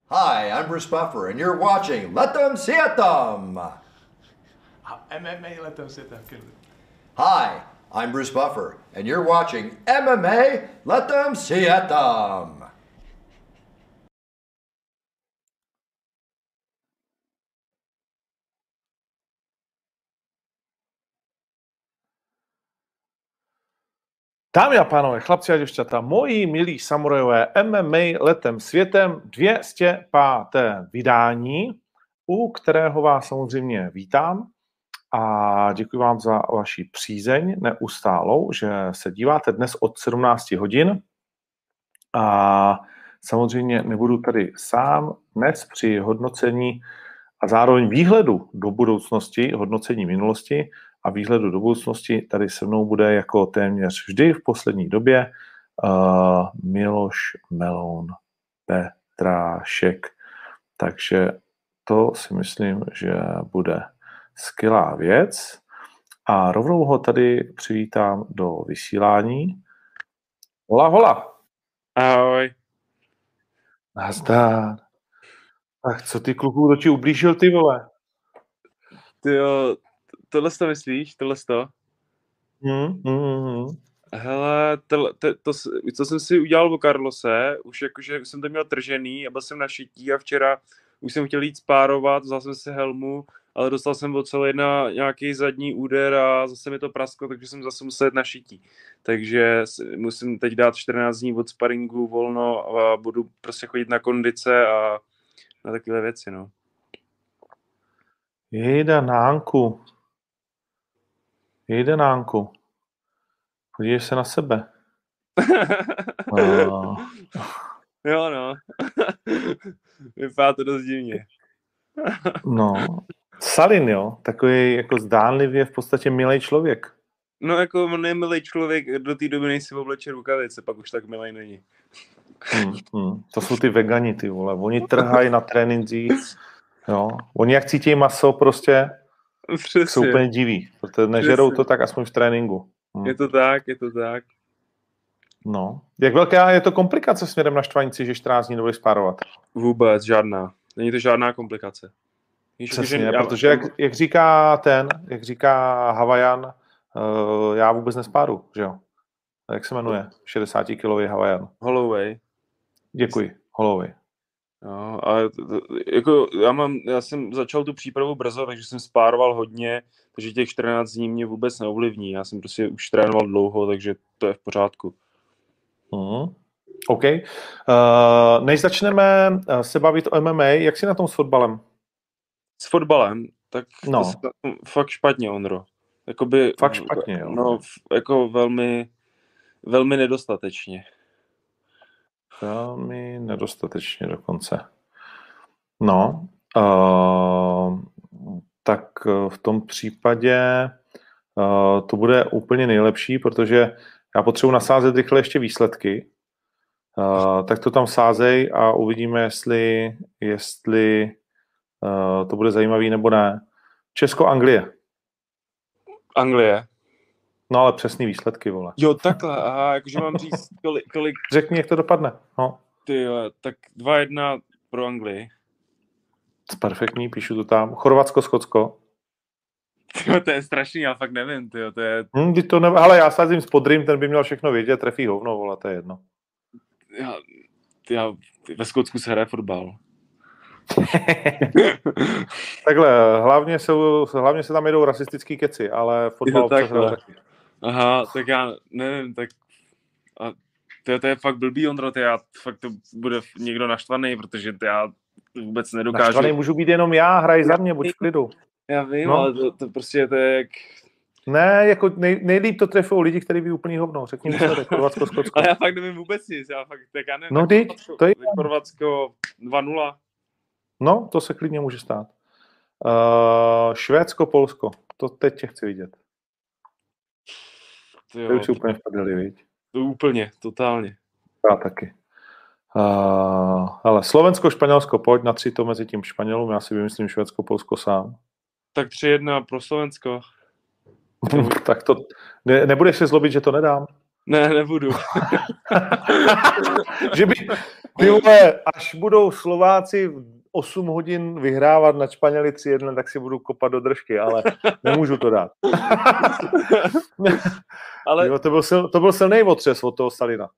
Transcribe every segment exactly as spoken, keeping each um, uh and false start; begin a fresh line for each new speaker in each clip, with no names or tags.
Hi, I'm Bruce Buffer, and you're watching Let Them See It Them!
M M A, let them sit them.
Hi, I'm Bruce Buffer, and you're watching M M A Let Them See It Them!
Dámy a pánové, chlapci a děvčata, moji milí samurajové, M M A letem světem, dvě stě páté vydání, u kterého vás samozřejmě vítám a děkuji vám za vaši přízeň neustálou, že se díváte dnes od sedmnáct hodin a samozřejmě nebudu tady sám dnes při hodnocení a zároveň výhledu do budoucnosti, hodnocení minulosti a výhledu do budoucnosti tady se mnou bude jako téměř vždy v poslední době uh, Miloš Meloun Petrášek. Takže to si myslím, že bude skvělá věc. A rovnou ho tady přivítám do vysílání. Hola, hola.
Ahoj.
Nazdar. Tak co ty kluku, kdo ti ublížil, ty vole?
Ty jo, tohle to myslíš? Tohle to?
Hmm, hmm, hmm.
Hele, to, to, to, co jsem si udělal o Carlose, už jakože jsem to měl tržený a byl jsem na šití a včera už jsem chtěl jít spárovat, vzal jsem si helmu, ale dostal jsem od celé jedna nějaký zadní úder a zase mi to prasklo, takže jsem zase musel jít na šití. Takže musím teď dát čtrnáct dní od sparingu volno a budu prostě chodit na kondice a na takové věci, no.
Jejda, Nánku. Jejda, Nánku. Podívej se na sebe. uh.
Jo, no. Vypadá to dost divně.
No. Salin, jo? Takový jako zdánlivě v podstatě milej člověk.
No jako on je milej člověk, do té doby nejsi v obleče rukavice, pak už tak milej není.
Hmm, hmm. To jsou ty vegani, ty vole. Oni trhají na trénincích. Jo. Oni jak cítí maso prostě,
Přesně.
jsou úplně diví. Protože nežerou to tak aspoň v tréninku. Hmm.
Je to tak, je to tak.
No. Jak velká je to komplikace směrem na štvanici, že čtrnáct dní nebudeš spárovat?
Vůbec, žádná. Není to žádná komplikace. Víš,
Přesně,
já,
protože jak, jak říká ten, jak říká Havajan, uh, já vůbec nespáru, že jo? Jak se jmenuje? šedesátikilový Havajan.
Holloway.
Děkuji, Holloway.
No, a jako já, mám, já jsem začal tu přípravu brzo, takže jsem spároval hodně, takže těch čtrnáct dní mě vůbec neovlivní. Já jsem prostě už trénoval dlouho, takže to je v pořádku.
Mm. OK. Uh, než začneme se bavit o M M A, jak jsi na tom s fotbalem?
S fotbalem? Tak
no.
to se, fakt špatně, Ondro. Jakoby,
fakt špatně, jo.
No, jako velmi, velmi nedostatečně.
Velmi nedostatečně dokonce. No, uh, tak v tom případě uh, to bude úplně nejlepší, protože já potřebuji nasázet rychle ještě výsledky. Uh, tak to tam sázej a uvidíme, jestli, jestli uh, to bude zajímavý nebo ne. Česko-Anglie.
Anglie.
No ale přesný výsledky, vole.
Jo, takhle, aha, jakože mám říct, kolik... kolik...
Řekni, jak to dopadne. No.
Ty jo, tak dva jedna pro Anglii.
Perfektní, píšu to tam. Chorvatsko, Skotsko.
Tyjo, to je strašný, já fakt nevím, tyjo, to je...
Hmm, ty to ne... Hele, já sázím s Podrým, ten by měl všechno vědět, trefí hovno, vole, to je jedno.
Já, já ve Skotsku se hraje fotbal.
Takhle, hlavně, jsou, hlavně se tam jedou rasistický keci, ale fotbal se hraje taky.
Aha, tak já nevím, tak... A to, to je fakt blbý, Ondro, to já fakt to bude někdo naštvaný, protože to já vůbec nedokážu...
Naštvaný můžu být jenom já, hraj za mě, buď v klidu.
Já vím,
no.
ale to, to prostě to je jak...
Ne, jako nej, nejlíp to trefou lidi, kteří ví úplný hovno. Řekni mi výsledek, Chorvatsko, Skotsko.
Ale já fakt nevím vůbec nic, já fakt, tak já nevím.
No teď, to je...
Chorvatsko dva nula.
No, to se klidně může stát. Uh, Švédsko, Polsko, to teď tě chci vidět. To je už úplně vpadili, viď?
To úplně, totálně.
Já taky. Uh, ale Slovensko, Španělsko, pojď na tři to mezi tím Španělům, já si vymyslím Švédsko, Polsko sám.
Tak tři jedna pro Slovensko.
Tak to, ne, nebudeš se zlobit, že to nedám?
Ne, nebudu.
že by, Ty vole, až budou Slováci osm hodin vyhrávat na Španěli tři jedna, tak si budu kopat do držky, ale nemůžu to dát.
Ale...
Jo, to, byl sil, to byl silný otřes od toho Stalina.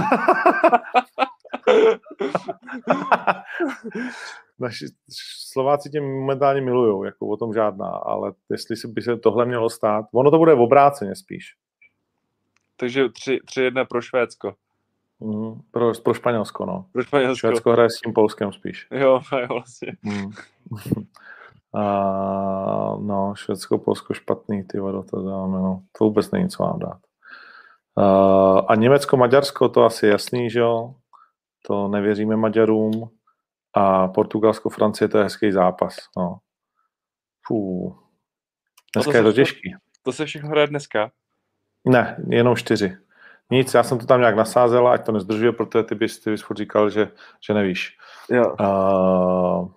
Naši Slováci tě momentálně milujou, jako o tom žádná, ale jestli by se tohle mělo stát, ono to bude v obráceně spíš.
Takže tři jedna pro Švédsko.
Mm, pro, pro Španělsko, no.
Pro Španělsko.
Švédsko hraje s tím Polskem spíš.
Jo, jo, vlastně.
Mm. A, no, Švédsko, Polsko špatný, ty vado, to dáme, no. To vůbec není, co mám dát. A, a Německo, Maďarsko, to asi jasný, že jo? To nevěříme Maďarům. A Portugalsko, Francie, to je hezký zápas, no. Fů. Dneska to je to těžký.
To se všechno hraje dneska?
Ne, jenom čtyři. Nic, já jsem to tam nějak nasázel, ať to nezdržuje, protože ty bys, ty bys furt říkal, že, že nevíš.
Jo.
Uh,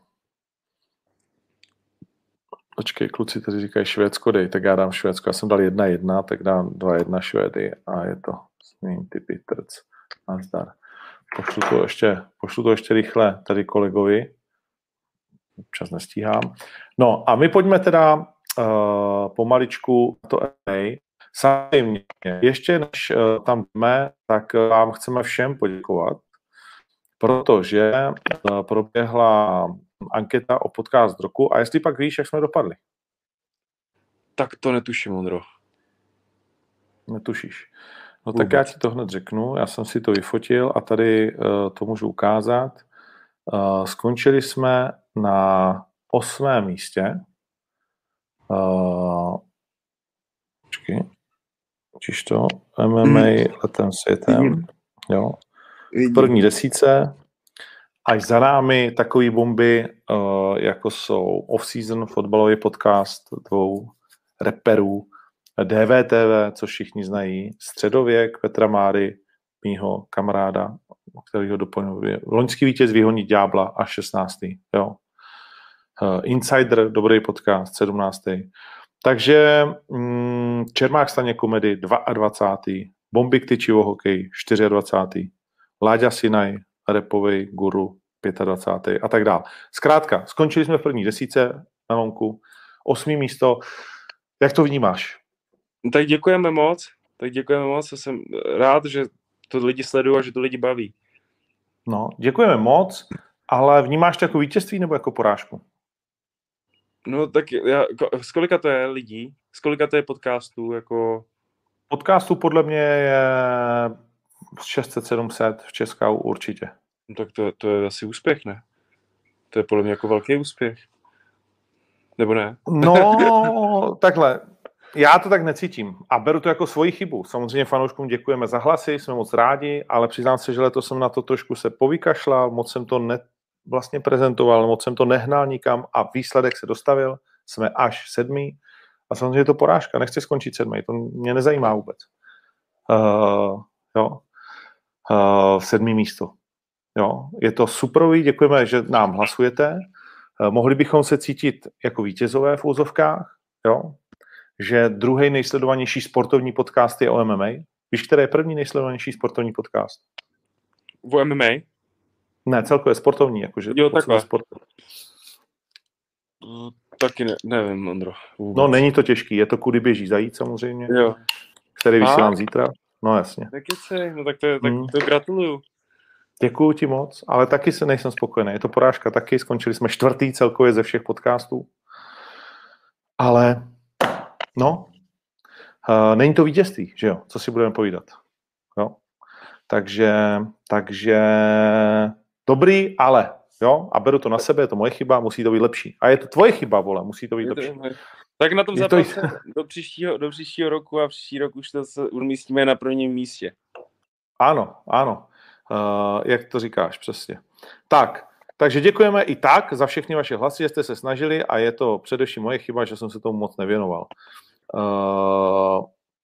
počkej, kluci tady říkají Švédsko, dej, tak já dám Švédsko. Já jsem dal jedna jedna, tak dám dva jedna Švédy a je to. Změním typy trc. Nazdar. Pošlu to ještě, pošlu to ještě rychle tady kolegovi. Občas nestíhám. No a my pojďme teda uh, pomaličku to A. Samozřejmě, ještě než uh, tam jdeme, tak uh, vám chceme všem poděkovat, protože uh, proběhla anketa o podcast roku a jestli pak víš, jak jsme dopadli.
Tak to netuším, Ondro.
Netušíš. No tak já ti to hned řeknu, já jsem si to vyfotil a tady uh, to můžu ukázat. Uh, skončili jsme na osmém místě. Uh, počkej. Čiž to M M A letem světem. Jo. V první desíce. Až za námi takový bomby, uh, jako jsou Off-Season, fotbalový podcast dvou reperů, D V T V, co všichni znají, Středověk Petra Máry, mýho kamaráda, kterýho doplňuje. Loňský vítěz Vyhonit ďábla a šestnáctý Jo. Uh, Insider, dobrý podcast, sedmnáctý Takže mm, Čermák Staněk komedy, dvacátý Bomby k tyčivo hokej, dvacátý čtvrtý Láďa Sinaj, repovej guru, dvacátý pátý a tak dále. Zkrátka, skončili jsme v první desíce na lonku, osmý místo. Jak to vnímáš?
Tak děkujeme moc, tak děkujeme moc, jsem rád, že to lidi sledují a že to lidi baví.
No, děkujeme moc, ale vnímáš to jako vítězství nebo jako porážku?
No tak já, z kolika to je lidí? Z kolika to je podcastů? Jako...
Podcastů podle mě je šest set sedm set v Česku určitě.
No tak to, to je asi úspěch, ne? To je podle mě jako velký úspěch. Nebo ne?
No, takhle. Já to tak necítím a beru to jako svoji chybu. Samozřejmě fanouškům děkujeme za hlasy, jsme moc rádi, ale přiznám se, že letos jsem na to trošku se povykašlal, moc jsem to ne, vlastně prezentoval, moc jsem to nehnal nikam a výsledek se dostavil. Jsme až sedmý a samozřejmě je to porážka. Nechci skončit sedmý, to mě nezajímá vůbec. Uh, jo. Uh, sedmý místo. Jo. Je to superový, děkujeme, že nám hlasujete. Uh, mohli bychom se cítit jako vítězové v úzovkách, jo. Že druhý nejsledovanější sportovní podcast je o M M A. Víš, který je první nejsledovanější sportovní podcast?
O M M A?
Ne, celkově sportovní. Jakože
jo, takhle.
Sport...
Taky ne, nevím, Ondro.
Vůbec. No, není to těžký. Je to Kudy běží zajíc samozřejmě.
Jo.
Který vysílám zítra. No, jasně.
Tak je no tak to, tak hmm. to gratuluju.
Děkuju ti moc, ale taky se nejsem spokojený. Je to porážka taky. Skončili jsme čtvrtý celkově ze všech podcastů. Ale no, uh, není to vítězství, že jo? Co si budeme povídat? Jo? Takže, takže dobrý, ale jo, a beru to na sebe, je to moje chyba, musí to být lepší. A je to tvoje chyba, vole, musí to být
je to,
lepší.
Tak na tom
je
zápase
to...
do, příštího, do příštího roku a příští rok už to se umístíme na prvním místě.
Ano, ano. Uh, jak to říkáš, přesně. Tak, takže děkujeme i tak za všechny vaše hlasy, že jste se snažili a je to především moje chyba, že jsem se tomu moc nevěnoval. Uh,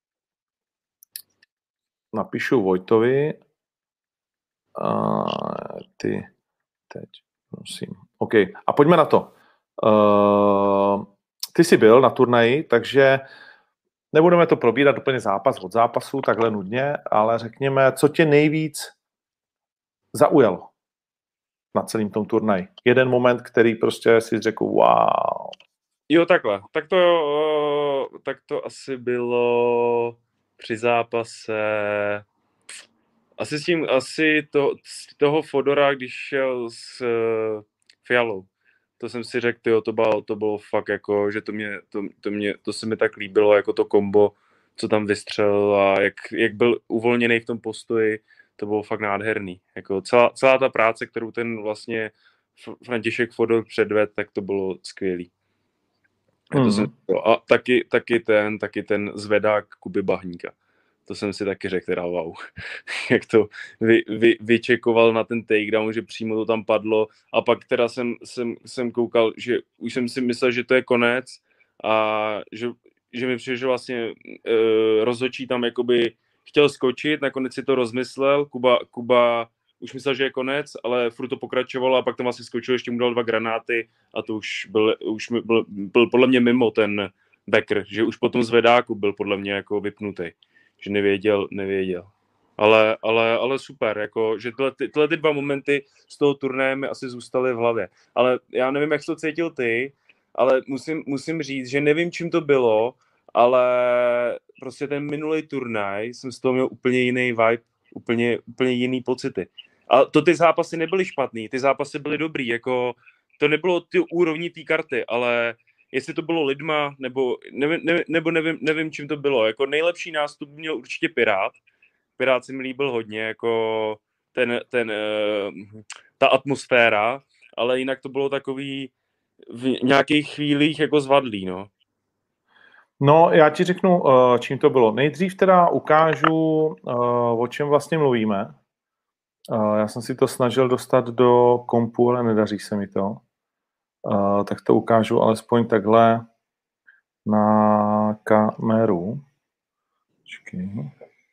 napíšu Vojtovi. Uh, ty teď, prosím. OK, a pojďme na to. Uh, ty jsi byl na turnaji, takže nebudeme to probírat úplně zápas od zápasu, takhle nudně, ale řekněme, co tě nejvíc zaujalo na celém tom turnaji? Jeden moment, který prostě si řekl, wow.
Jo, takhle. Tak to, tak to asi bylo při zápase asi s tím, asi to, z toho Fodora, když šel s uh, Fialou. To jsem si řekl, tyjo, to bylo, to bylo fakt jako, že to mě, to, to mě, to se mi tak líbilo, jako to kombo, co tam vystřelil a jak, jak byl uvolněný v tom postoji, to bylo fakt nádherný. Jako celá, celá ta práce, kterou ten vlastně František Fodor předvedl, tak to bylo skvělý. Mm. To jsem, a taky, taky ten, taky ten zvedák Kuby Bahníka. To jsem si taky řekl, teda wow. Jak to vy, vy, vyčekoval na ten takedown, že přímo to tam padlo a pak teda jsem, jsem, jsem koukal, že už jsem si myslel, že to je konec a že, že mi přišel, že vlastně uh, rozhodčí tam jakoby chtěl skočit, nakonec si to rozmyslel, Kuba, Kuba už myslel, že je konec, ale furt to pokračovalo a pak tam vlastně skočil, ještě mu dal dva granáty a to už byl, už byl, byl podle mě mimo ten Becker, že už po tom zvedáku byl podle mě jako vypnutý, že nevěděl, nevěděl. Ale, ale, ale super, jako, že tyhle, ty, tyhle ty dva momenty z toho turnaje mi asi zůstaly v hlavě. Ale já nevím, jak jsi to cítil ty, ale musím, musím říct, že nevím, čím to bylo, ale prostě ten minulý turnaj jsem z toho měl úplně jiný vibe, úplně, úplně jiný pocity. A to ty zápasy nebyly špatný, ty zápasy byly dobrý, jako to nebylo ty úrovní té karty, ale jestli to bylo lidma, nebo nevím, nevím, nebo nevím, nevím, čím to bylo. Jako nejlepší nástup měl určitě Pirát. Pirát si mi líbil hodně, jako ten, ten, ta atmosféra, ale jinak to bylo takový v nějakých chvílích jako zvadlý, no.
No, já ti řeknu, čím to bylo. Nejdřív teda ukážu, o čem vlastně mluvíme. Já jsem si to snažil dostat do kompu, ale nedaří se mi to. Tak to ukážu alespoň takhle na kameru. Počkej.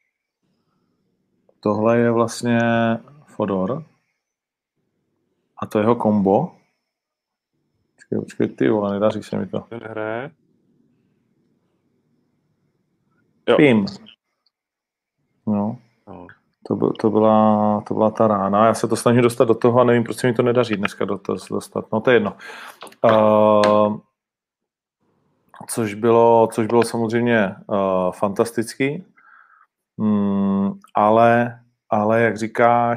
Tohle je vlastně Fodor. A to jeho kombo. Počkej, počkej, ty vole, nedaří se mi to.
Ten hraje.
Pim. No. no. To, by, to, byla, to byla ta rána. Já se to snažím dostat do toho a nevím, proč se mi to nedaří dneska do toho dostat. No to je jedno. Uh, což, bylo, což bylo samozřejmě uh, fantastický. Mm, ale, ale jak říkáš,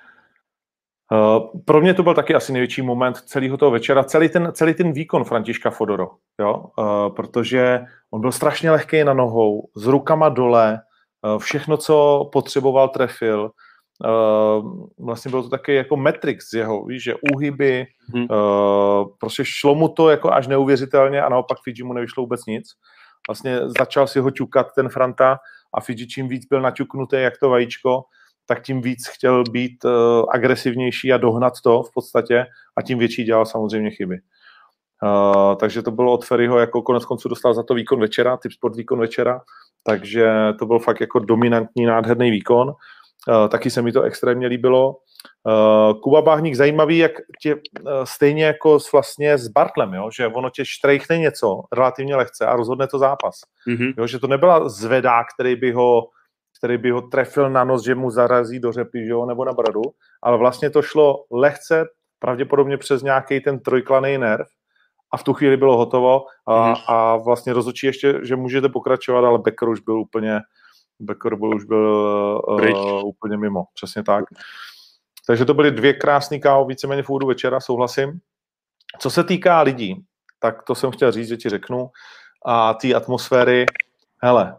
uh, pro mě to byl taky asi největší moment celého toho večera, celý ten, celý ten výkon Františka Fodora, jo? Uh, protože on byl strašně lehký na nohou, s rukama dole, uh, všechno, co potřeboval, trefil. Uh, vlastně bylo to taky jako Matrix z jeho, víš, že úhyby, hmm. uh, prostě šlo mu to jako až neuvěřitelně a naopak Fidži mu nevyšlo vůbec nic. Vlastně začal si ho ťukat ten Franta a Fidži čím víc byl naťuknutý jak to vajíčko, tak tím víc chtěl být uh, agresivnější a dohnat to v podstatě a tím větší dělal samozřejmě chyby. Uh, takže to bylo od Ferryho, jako konec konců dostal za to výkon večera, typ sport výkon večera, takže to byl fakt jako dominantní, nádherný výkon. Uh, taky se mi to extrémně líbilo. Uh, Kuba Bahník zajímavý, jak tě, uh, stejně jako s, vlastně s Bartlem, jo? Že ono tě štrejchne něco relativně lehce a rozhodne to zápas. Mm-hmm. Jo? Že to nebyla zvedák, který by ho, který by ho trefil na nos, že mu zarazí do řepy, jo? Nebo na bradu, ale vlastně to šlo lehce, pravděpodobně přes nějaký ten trojklaný nerv a v tu chvíli bylo hotovo a, mm-hmm. a vlastně rozhodčí ještě, že můžete pokračovat, ale Becker už byl úplně Becker byl už byl uh, úplně mimo, přesně tak. Takže to byly dvě krásný K O víceméně v úvodu večera, souhlasím. Co se týká lidí, tak to jsem chtěl říct, že ti řeknu, a té atmosféry, hele,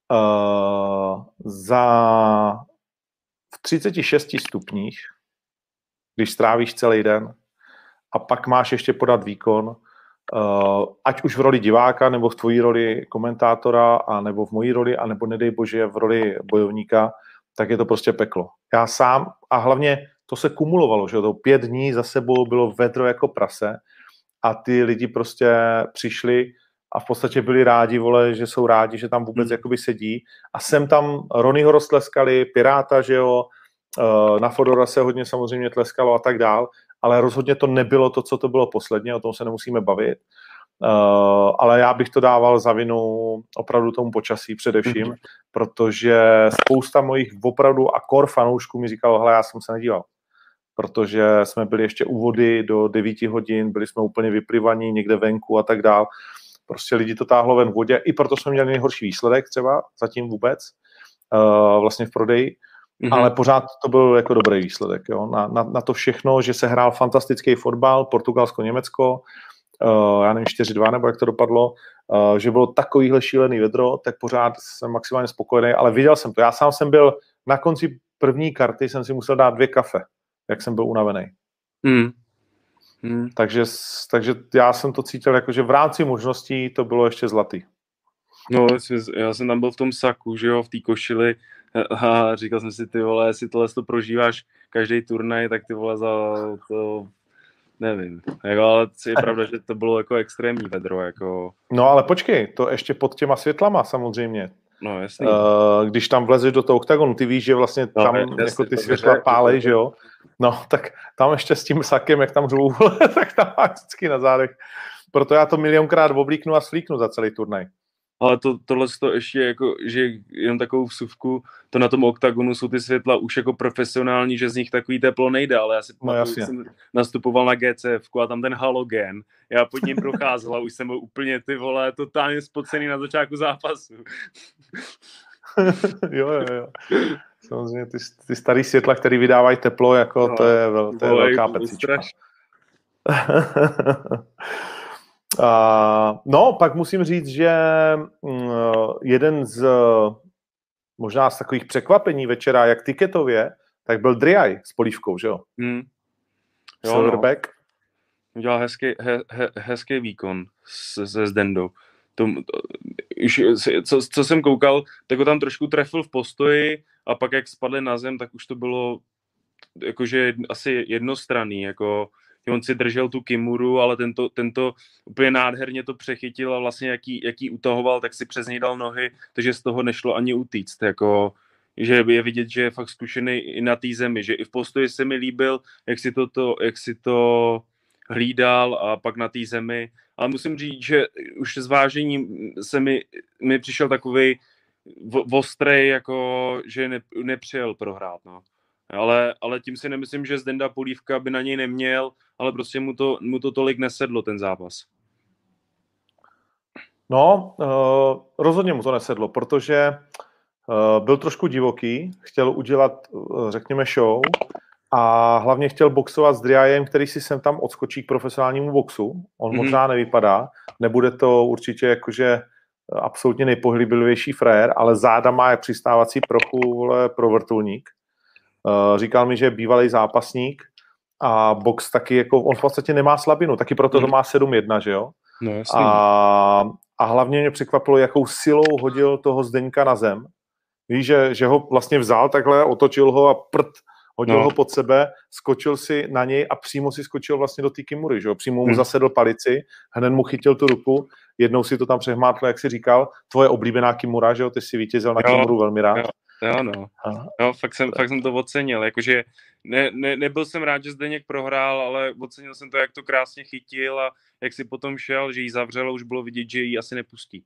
uh, za v třiceti šesti stupních, když strávíš celý den a pak máš ještě podat výkon, Uh, ať už v roli diváka, nebo v tvojí roli komentátora, a nebo v mojí roli, a nebo nedej bože v roli bojovníka, tak je to prostě peklo. Já sám, a hlavně to se kumulovalo, že to pět dní za sebou bylo vedro jako prase a ty lidi prostě přišli a v podstatě byli rádi, vole, že jsou rádi, že tam vůbec hmm. jakoby sedí a sem tam Ronnyho roztleskali, Piráta, že jo, uh, na Fodora se hodně samozřejmě tleskalo a tak dál, ale rozhodně to nebylo to, co to bylo posledně, o tom se nemusíme bavit. Uh, ale já bych to dával za vinu opravdu tomu počasí především, mm-hmm. protože spousta mojich opravdu a kor fanoušků mi říkalo, hele, já jsem se nedíval. protože jsme byli ještě u vody do devíti hodin, byli jsme úplně vyplivaní někde venku a tak dál. Prostě lidi to táhlo ven v vodě, i proto jsme měli nejhorší výsledek třeba, zatím vůbec, uh, vlastně v prodeji, mm-hmm. ale pořád to byl jako dobrý výsledek, jo? Na, na, na to všechno, že se hrál fantastický fotbal, Portugalsko, Německo, uh, já nevím, čtyři dva, nebo jak to dopadlo, uh, že bylo takovýhle šílený vedro, tak pořád jsem maximálně spokojený, ale viděl jsem to. Já sám jsem byl na konci první karty, jsem si musel dát dvě kafe, jak jsem byl unavený.
Mm. Hmm.
Takže, takže já jsem to cítil jako, že v rámci možností to bylo ještě zlatý.
No, já jsem tam byl v tom saku, že jo, v té košili a říkal jsem si, ty vole, jestli tohle to prožíváš každý turnaj, tak ty vole za to, nevím. Jako, ale je pravda, že to bylo jako extrémní vedro. Jako...
No ale počkej, to ještě pod těma světlama samozřejmě.
No jasný.
Uh, když tam vlezeš do toho oktagonu, ty víš, že vlastně
no,
tam
jasný,
jako ty světla pálej, že jo? No, tak tam ještě s tím sakem, jak tam řvu, tak tam máš vždycky na zádech. Proto já to milionkrát oblíknu a slíknu za celý turnaj.
Ale to, tohle to ještě jako, že jenom takovou vsuvku, to na tom oktagonu jsou ty světla už jako profesionální, že z nich takový teplo nejde, ale já si pamatuju, no, jsem nastupoval na G C F a tam ten halogen, já pod ním procházel a už jsem byl úplně, ty vole, totálně spocený na začátku zápasu.
jo, jo, jo. Samozřejmě ty, ty starý světla, které vydávají teplo, jako no, to je, vel, to je velká pecička. Uh, no, pak musím říct, že uh, jeden z možná z takových překvapení večera, jak tiketově, tak byl Driaj s polívkou, že jo?
Hmm. Jo,
Silverback.
No. Udělal hezký, he, he, hezký výkon se, se Zdendou. To, to, už, co, co jsem koukal, tak ho tam trošku trefil v postoji a pak jak spadli na zem, tak už to bylo jakože asi jednostranný, jako on si držel tu kimuru, ale tento, tento úplně nádherně to přechytil a vlastně jaký, jaký utahoval, tak si přes něj dal nohy, takže z toho nešlo ani utíct, jako, že je vidět, že je fakt zkušený i na té zemi, že i v postoji se mi líbil, jak si to, to, jak si to hlídal a pak na té zemi, ale musím říct, že už s vážením se mi, mi přišel takovej ostrej, jako, že ne, nepřijel prohrát, no. Ale, ale tím si nemyslím, že Zdenda Polívka by na něj neměl, ale prostě mu to, mu to tolik nesedlo, ten zápas.
No, uh, rozhodně mu to nesedlo, protože uh, byl trošku divoký, chtěl udělat, uh, řekněme, show a hlavně chtěl boxovat s Driajem, který si sem tam odskočí k profesionálnímu boxu. On mm-hmm. možná nevypadá, nebude to určitě jakože absolutně nejpohyblivější frajer, ale záda má jak přistávací prochu pro vrtulník. Uh, říkal mi, že je bývalý zápasník a box taky, jako, on v podstatě nemá slabinu, taky proto to má sedm jedna, že jo?
No, jasný.
A, a hlavně mě překvapilo, jakou silou hodil toho Zdeňka na zem. Víš, že, že ho vlastně vzal takhle, otočil ho a prd, hodil no. ho pod sebe, skočil si na něj a přímo si skočil vlastně do té kimury, že jo? Přímo mu hmm. zasedl palici, hned mu chytil tu ruku, jednou si to tam přehmátl, jak si říkal, tvoje oblíbená kimura, že jo? Ty si vítězil na jo, kimuru velmi rád.
Jo. Jo, no. Jo, fakt jsem, fakt jsem to ocenil, jakože ne, ne, nebyl jsem rád, že Zdeněk prohrál, ale ocenil jsem to, jak to krásně chytil a jak si potom šel, že jí zavřelo, už bylo vidět, že jí asi nepustí.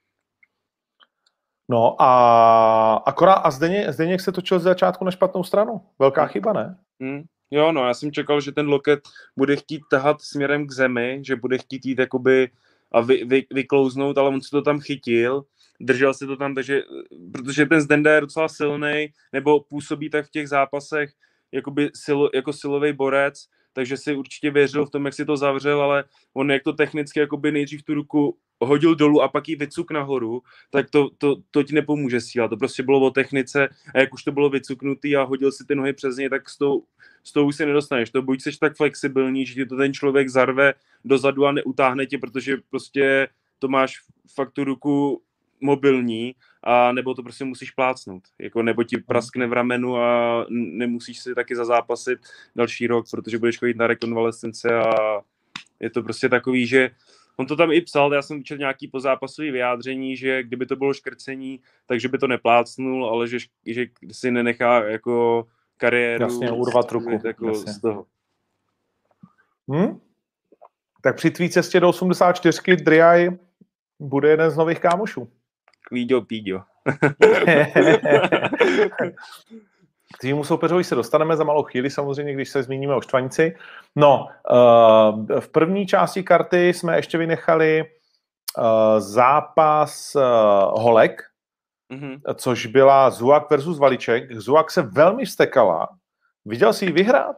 No a akorát a Zdeněk, Zdeněk se točil z začátku na špatnou stranu. Velká chyba, ne?
Hmm. Jo, no, já jsem čekal, že ten loket bude chtít tahat směrem k zemi, že bude chtít jít jakoby a vy, vy, vyklouznout, ale on si to tam chytil, držel se to tam, takže, protože ten Zdenda je docela silnej, nebo působí tak v těch zápasech jakoby sil, jako silový borec, takže si určitě věřil v tom, jak si to zavřel, ale on jak to technicky jakoby nejdřív tu ruku hodil dolů a pak ji vycuk nahoru, tak to, to, to ti nepomůže síla. To prostě bylo o technice a jak už to bylo vycuknutý a hodil si ty nohy přes něj, tak s tou, s tou už si nedostaneš. To buď jsi tak flexibilní, že ti to ten člověk zarve dozadu a neutáhne tě, protože prostě to máš fakt tu ruku mobilní, a nebo to prostě musíš plácnout. Jako, nebo ti praskne v ramenu a nemusíš si taky zazápasit další rok, protože budeš chodit na rekonvalescence a je to prostě takový, že on to tam i psal, já jsem četl nějaký pozápasový vyjádření, že kdyby to bylo škrcení, takže by to neplácnul, ale že, že si nenechá jako kariéru
jasně, urvat ruku
jako z toho.
Hm? Tak při tvý cestě do osmdesát čtyřky Driaj bude jeden z nových kámošů.
Klíďo, píďo.
K týmu soupeřovi se dostaneme za malou chvíli, samozřejmě, když se zmíníme o Štvanici. No, uh, v první části karty jsme ještě vynechali uh, zápas uh, holek, mm-hmm. což byla Zuak versus Valiček. Zuak se velmi vztekala. Viděl jsi ji vyhrát?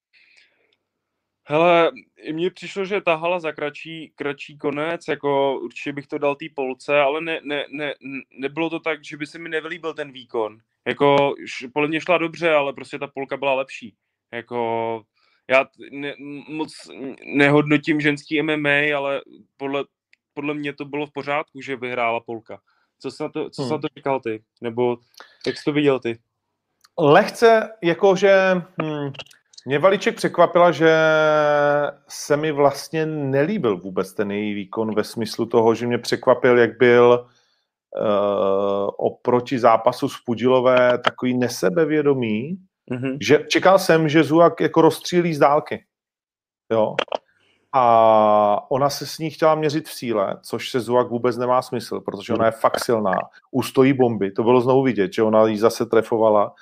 Hele, mně přišlo, že tahala za kratší, kratší konec, jako určitě bych to dal té Polce, ale ne, ne, ne, nebylo to tak, že by se mi nevylíbil ten výkon. Jako, podle mě šla dobře, ale prostě ta Polka byla lepší. Jako, já ne, moc nehodnotím ženský M M A, ale podle, podle mě to bylo v pořádku, že vyhrála Polka. Co jsi na to, co jsi hmm. na to říkal ty? Nebo jak jsi to viděl ty?
Lehce, jakože... Hmm. Mě Valiček překvapila, že se mi vlastně nelíbil vůbec ten její výkon ve smyslu toho, že mě překvapil, jak byl uh, oproti zápasu s Pudilové takový nesebevědomý, mm-hmm. že čekal jsem, že Zuak jako rozstřílí z dálky. Jo? A ona se s ní chtěla měřit v síle, což se Zuak vůbec nemá smysl, protože ona je fakt silná, ustojí bomby, to bylo znovu vidět, že ona jí zase trefovala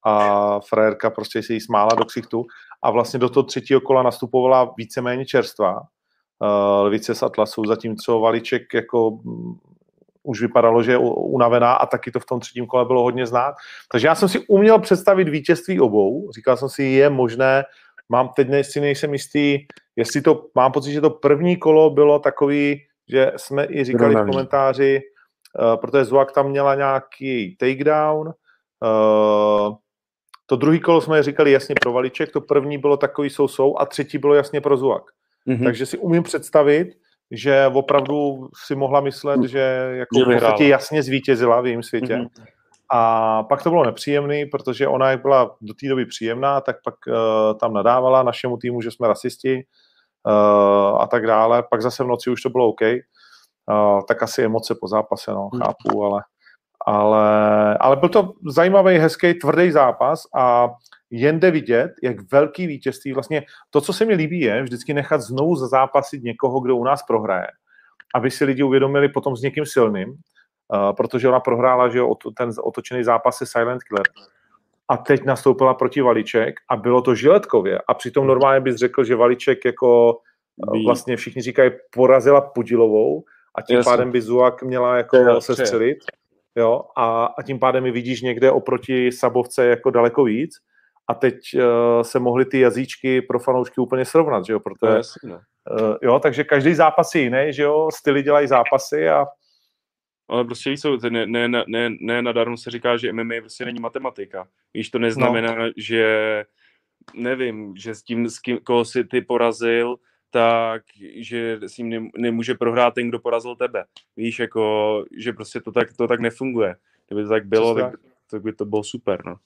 a frajerka prostě se jí smála do ksichtu a vlastně do toho třetího kola nastupovala víceméně čerstvá uh, lvice z Atlasu, zatímco Valiček jako um, už vypadalo, že je unavená a taky to v tom třetím kole bylo hodně znát. Takže já jsem si uměl představit vítězství obou, říkal jsem si, je možné, mám teď si nejsem jistý, jestli to, mám pocit, že to první kolo bylo takový, že jsme i říkali v komentáři, uh, protože Zuak tam měla nějaký takedown, uh, to druhý kolo jsme říkali jasně pro Valiček, to první bylo takový sousou a třetí bylo jasně pro Zuak. Mm-hmm. Takže si umím představit, že opravdu si mohla myslet, že jako v podstatě jasně zvítězila v jejím světě. Mm-hmm. A pak to bylo nepříjemný, protože ona jak byla do té doby příjemná, tak pak uh, tam nadávala našemu týmu, že jsme rasisti uh, a tak dále. Pak zase v noci už to bylo OK. Uh, tak asi emoce po zápase, no, chápu, ale Ale, ale byl to zajímavý, hezký, tvrdý zápas a jen jde vidět, jak velký vítězství. Vlastně to, co se mi líbí, je vždycky nechat znovu zazápasit někoho, kdo u nás prohraje, aby si lidi uvědomili potom s někým silným, uh, protože ona prohrála, že jo, ten otočený zápas se Silent Killer. A teď nastoupila proti Valiček a bylo to žiletkově. A přitom normálně bys řekl, že Valiček jako uh, vlastně všichni říkají, porazila Pudilovou a tím Jasně. pádem by Zuak měla jako se střelit. Jo, a, a tím pádem mi vidíš někde oproti Sabovce jako daleko víc a teď uh, se mohly ty jazyčky pro fanoušky úplně srovnat, že jo, protože,
Jasně.
uh, jo, takže každý zápas je jiný, že jo, styly dělají zápasy a...
Ale prostě víš, ne, ne, ne, ne nadarmo se říká, že M M A prostě není matematika. Víš, to neznamená, no. že nevím, že s tím, s kým, koho si ty porazil, tak, že s ním nemůže prohrát ten, kdo porazil tebe. Víš, jako, že prostě to tak, to tak nefunguje. Kdyby to tak bylo, tak, tak by to bylo super, no.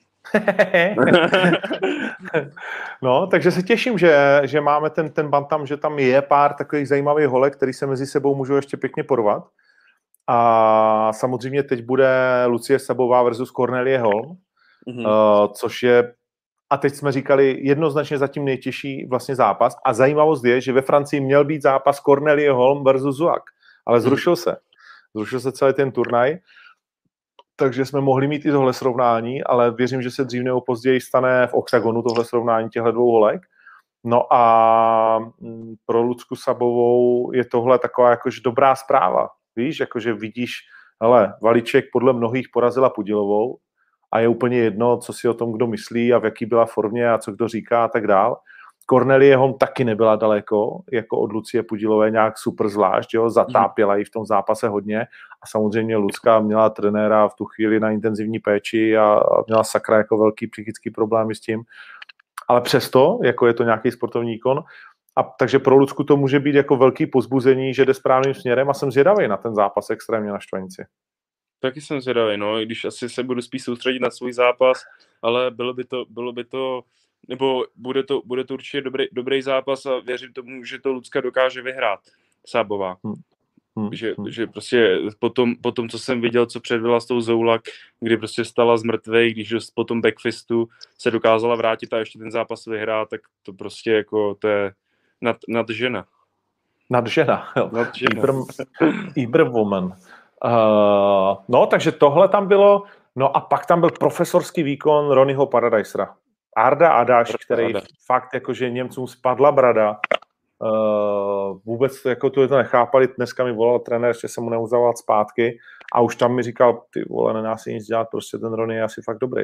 No, takže se těším, že, že máme ten, ten bantam, že tam je pár takových zajímavých holek, který se mezi sebou můžou ještě pěkně porvat. A samozřejmě teď bude Lucie Sabová versus Cornelie Holm, mm-hmm. uh, což je a teď jsme říkali jednoznačně zatím nejtěžší vlastně zápas. A zajímavost je, že ve Francii měl být zápas Cornelie Holm versus Zuak, ale zrušil se. Zrušil se celý ten turnaj, takže jsme mohli mít i tohle srovnání, ale věřím, že se dřív nebo později stane v oktagonu tohle srovnání těchto dvou holek. No a pro Lucku Sabovou je tohle taková jakož dobrá zpráva. Víš, jakože vidíš, hele, Valiček podle mnohých porazila Pudilovou, a je úplně jedno, co si o tom kdo myslí a v jaký byla formě a co kdo říká a tak dál. Cornelie Holm taky nebyla daleko, jako od Lucie Pudilové nějak super zvlášť, jo, zatápěla ji v tom zápase hodně a samozřejmě Lucka měla trenéra v tu chvíli na intenzivní péči a, a měla sakra jako velký psychický problémy s tím. Ale přesto, jako je to nějaký sportovní ikon, a takže pro Lucku to může být jako velký pozbuzení, že jde správným směrem a jsem zvědavý na ten zápas extrémně na Štvanici.
Taky jsem zvědavý, no, i když asi se budu spíš soustředit na svůj zápas, ale bylo by to, bylo by to, nebo bude to, bude to určitě dobrý, dobrý zápas a věřím tomu, že to Lucka dokáže vyhrát, Sábová. Hmm. Hmm. Že, hmm. že prostě potom, potom, co jsem viděl, co předvedla s tou Zoulak, kdy prostě stala z mrtvej, když po tom backfistu se dokázala vrátit a ještě ten zápas vyhrát, tak to prostě jako, to je nad, nad žena.
Nad žena, jo. Nad žena. Iber, Iber woman. Uh, no, takže tohle tam bylo. No a pak tam byl profesorský výkon Ronnieho Paradisera. Arda Adaš, který
Adaš.
fakt jakože Němcům spadla brada. Uh, vůbec jako to, to nechápali. Dneska mi volal trenér, ještě jsem mu neuzaval zpátky a už tam mi říkal, ty vole, nedá se nic dělat, prostě ten Ronnie je asi fakt dobrý.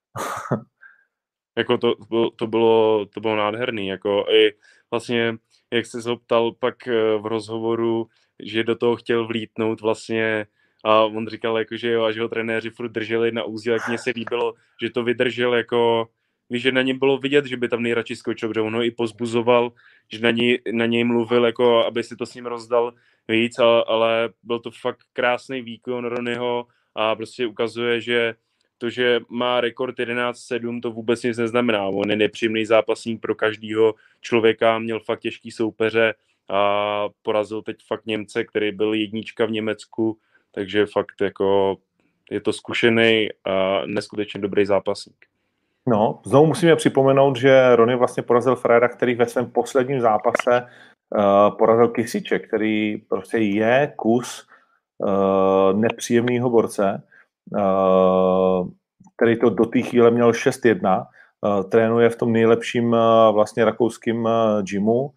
Jako to, to, bylo, to bylo nádherný, jako i vlastně, jak jsi se ptal pak v rozhovoru, že do toho chtěl vlítnout vlastně a on říkal, jako, že jo, a že ho trenéři furt drželi na úzdě, jak mně se líbilo, že to vydržel, jako, víš, že na něm bylo vidět, že by tam nejradši skočil, protože on ho i pozbuzoval, že na něj, na něj mluvil, jako, aby si to s ním rozdal víc, ale, ale byl to fakt krásný výkon Ronnieho a prostě ukazuje, že to, že má rekord jedenáct sedm, to vůbec nic neznamená. On je nepříjemný zápasník pro každého člověka, měl fakt těžký soupeře a porazil teď fakt Němce, který byl jednička v Německu, takže fakt jako je to zkušený a neskutečně dobrý zápasník.
No, znovu musíme připomenout, že Ronnie vlastně porazil Freda, který ve svém posledním zápase uh, porazil Kysiče, který prostě je kus uh, nepříjemného borce, uh, který to do té chvíle měl šest jedna, uh, trénuje v tom nejlepším uh, vlastně rakouským uh, gymu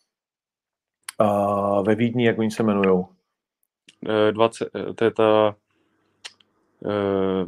uh, ve Vídni, jak oni se jmenujou.
dvacet, to je ta... Uh,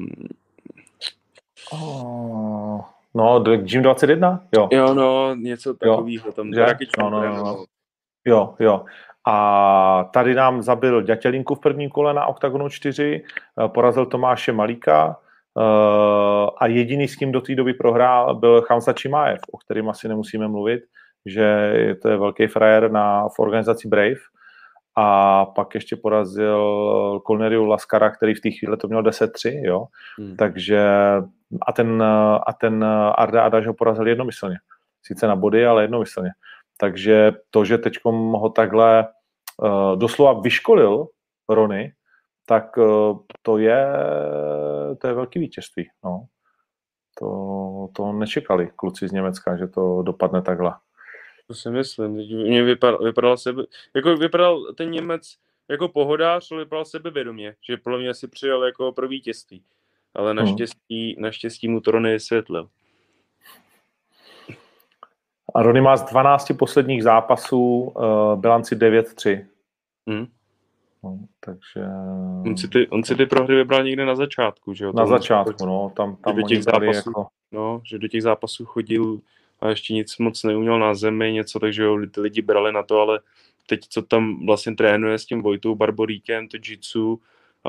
Oh, no, Gym dvacet jedna? Jo.
Jo, no, něco takového tam.
No, no, no. Jo, jo. A tady nám zabil Ďatělinku v prvním kole na Oktagonu čtyři, porazil Tomáše Malíka a jediný, s kým do té doby prohrál, byl Hamza Chimaev, o kterým asi nemusíme mluvit, že to je velký frajer na, v organizaci Brave. A pak ještě porazil Kolneriu Laskara, který v té chvíli to měl deset tři, jo. Hmm. Takže a ten, a ten Arda Adaš ho porazil jednomyslně. Sice na body, ale jednomyslně. Takže to, že teďkom ho takhle uh, doslova vyškolil Ronnie, tak uh, to je to je velký vítězství, no. To, to nečekali kluci z Německa, že to dopadne takhle.
To si myslím, mě vypadal, vypadal sebe, jako vypadal ten Němec jako pohodář, ale vypadal sebevědomě, že podle mě si přijel jako pro vítězství, ale naštěstí, hmm. naštěstí mu to Ronnie vysvětlil.
A Ronnie má z dvanácti posledních zápasů uh, bilanci devět tři.
Hmm.
No, takže...
On si, ty, on si ty prohry vybral někde na začátku, že jo?
Na začátku, no, tam, tam
do těch zápasů,
jako...
no, že do těch zápasů chodil a ještě nic moc neuměl na zemi, něco, takže jo, ty lidi brali na to, ale teď, co tam vlastně trénuje s tím Vojtou Barboríkem, to jitsu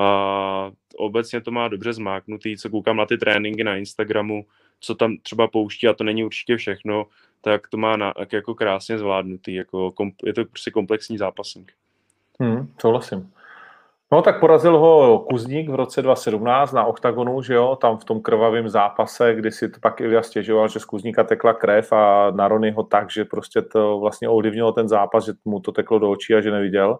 a obecně to má dobře zmáknutý, co koukám na ty tréninky na Instagramu, co tam třeba pouští, a to není určitě všechno, tak to má na, jako krásně zvládnutý, jako komp, je to prostě komplexní zápasník.
Hmm, souhlasím. No tak porazil ho Kuzník v roce dva tisíce sedmnáct na Oktagonu, že jo, tam v tom krvavém zápase, kdy si to pak Ilja stěžoval, že z Kuzníka tekla krev a na Ronnieho tak, že prostě to vlastně ovlivnilo ten zápas, že mu to teklo do očí a že neviděl.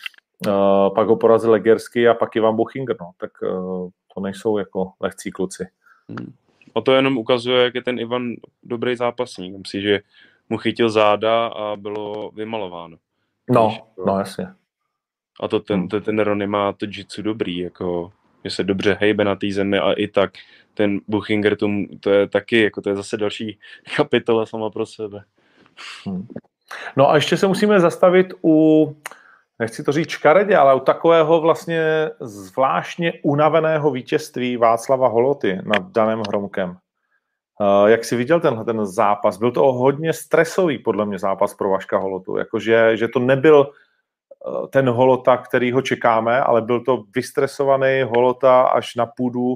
Uh, pak ho porazil Legersky a pak Ivan Buchinger, no, tak uh, to nejsou jako lehcí kluci.
Hmm. A to jenom ukazuje, jak je ten Ivan dobrý zápasník. Myslím, že mu chytil záda a bylo vymalováno.
No,
Víš, to...
no jasně.
A to ten, to ten Ronnie má to jitsu dobrý, jako, že se dobře hejbe na té zemi a i tak ten Buchinger, to, to je taky, jako to je zase další kapitola sama pro sebe.
Hmm. No a ještě se musíme zastavit u, nechci to říct škaredě, ale u takového vlastně zvláštně unaveného vítězství Václava Holoty nad Danem Hromkem. Uh, jak jsi viděl tenhle ten zápas? Byl to hodně stresový, podle mě, zápas pro Vaška Holotu. Jakože, že to nebyl ten Holota, který ho čekáme, ale byl to vystresovaný Holota až na půdu,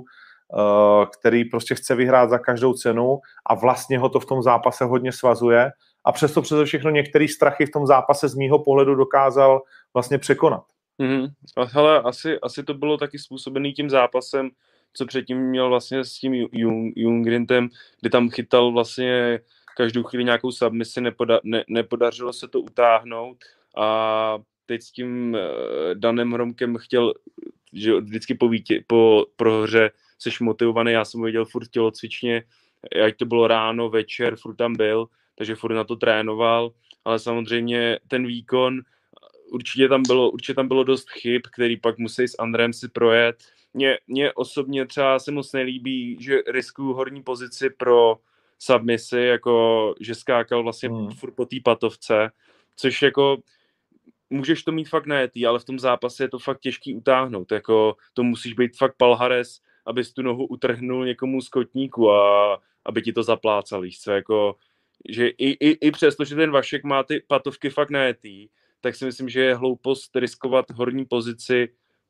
který prostě chce vyhrát za každou cenu a vlastně ho to v tom zápase hodně svazuje a přesto přesto všechno některé strachy v tom zápase z mýho pohledu dokázal vlastně překonat.
Mm-hmm. Hele, asi, asi to bylo taky způsobený tím zápasem, co předtím měl vlastně s tím Jungrintem, kdy tam chytal vlastně každou chvíli nějakou submisi, nepoda, ne, nepodařilo se to utáhnout a teď s tím Danem Hromkem chtěl, že vždycky po, vítě, po prohře seš motivovaný, já jsem ho viděl furt tělocvičně, ať to bylo ráno, večer, furt tam byl, takže furt na to trénoval, ale samozřejmě ten výkon, určitě tam bylo, určitě tam bylo dost chyb, který pak musí s Andrem si projet, Mně, mně osobně třeba se moc nelíbí, že riskuju horní pozici pro submisy, jako že skákal vlastně
Hmm.
furt po té patovce, což jako můžeš to mít fakt najetý, ale v tom zápase je to fakt těžký utáhnout, jako to musíš být fakt Palhares, abys tu nohu utrhnul někomu z kotníku a aby ti to zaplácal, víš co, jako, že i, i, i přesto, že ten Vašek má ty patovky fakt najetý, tak si myslím, že je hloupost riskovat horní pozici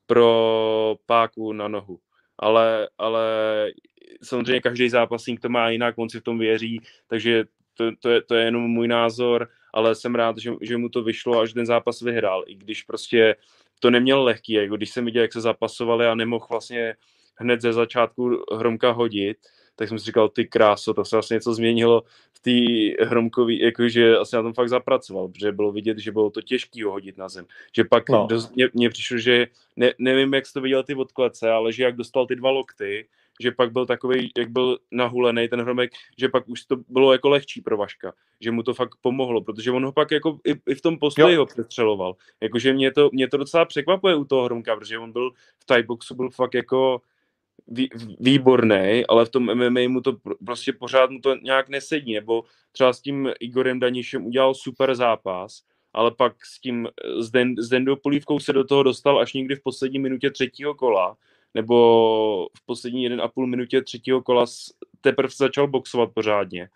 pro páku na nohu. Ale, ale samozřejmě každý zápasník to má jinak, on si v tom věří, takže to, to, je, to je jenom můj názor, ale jsem rád, že, že mu to vyšlo a že ten zápas vyhrál, i když prostě to neměl lehký, jako když jsem viděl, jak se zapasovali a nemohl vlastně hned ze začátku Hromka hodit, tak jsem si říkal, ty kráso, to se vlastně něco změnilo v té Hromkový, jakože asi na tom fakt zapracoval, protože bylo vidět, že bylo to těžký ho hodit na zem. Že pak
No.
mně přišlo, že ne, nevím, jak jsi to viděl ty odklece, ale že jak dostal ty dva lokty, že pak byl takový, jak byl nahulený ten Hromek, že pak už to bylo jako lehčí pro Vaška, že mu to fakt pomohlo, protože on ho pak jako i, i v tom postoji jo. ho přestřeloval. Jakože mě to, mě to docela překvapuje u toho Hromka, protože on byl v thaiboxu, byl fakt jako vý, výborný, ale v tom M M A mu to prostě pořád mu to nějak nesedí, nebo třeba s tím Igorem Danišem udělal super zápas, ale pak s tím s, Den, s Dendou Polívkou se do toho dostal až někdy v poslední minutě třetího kola, nebo v poslední jeden a půl minutě třetího kola teprve začal boxovat pořádně.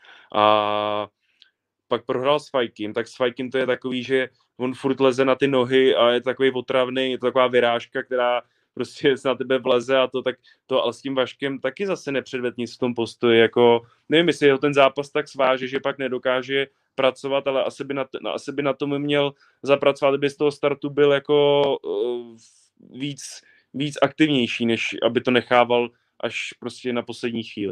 A pak prohrál s Fajkim, tak s Fajkim to je takový, že on furt leze na ty nohy a je takový otravný, je to taková vyrážka, která prostě se na tebe vleze a to tak to, ale s tím Vaškem taky zase nepředved nic v tom postoji, jako nevím, jestli ho ten zápas tak sváže, že pak nedokáže pracovat, ale asi by na, t- asi by na tom měl zapracovat, aby z toho startu byl jako uh, víc víc aktivnější, než aby to nechával až prostě na poslední chvíli.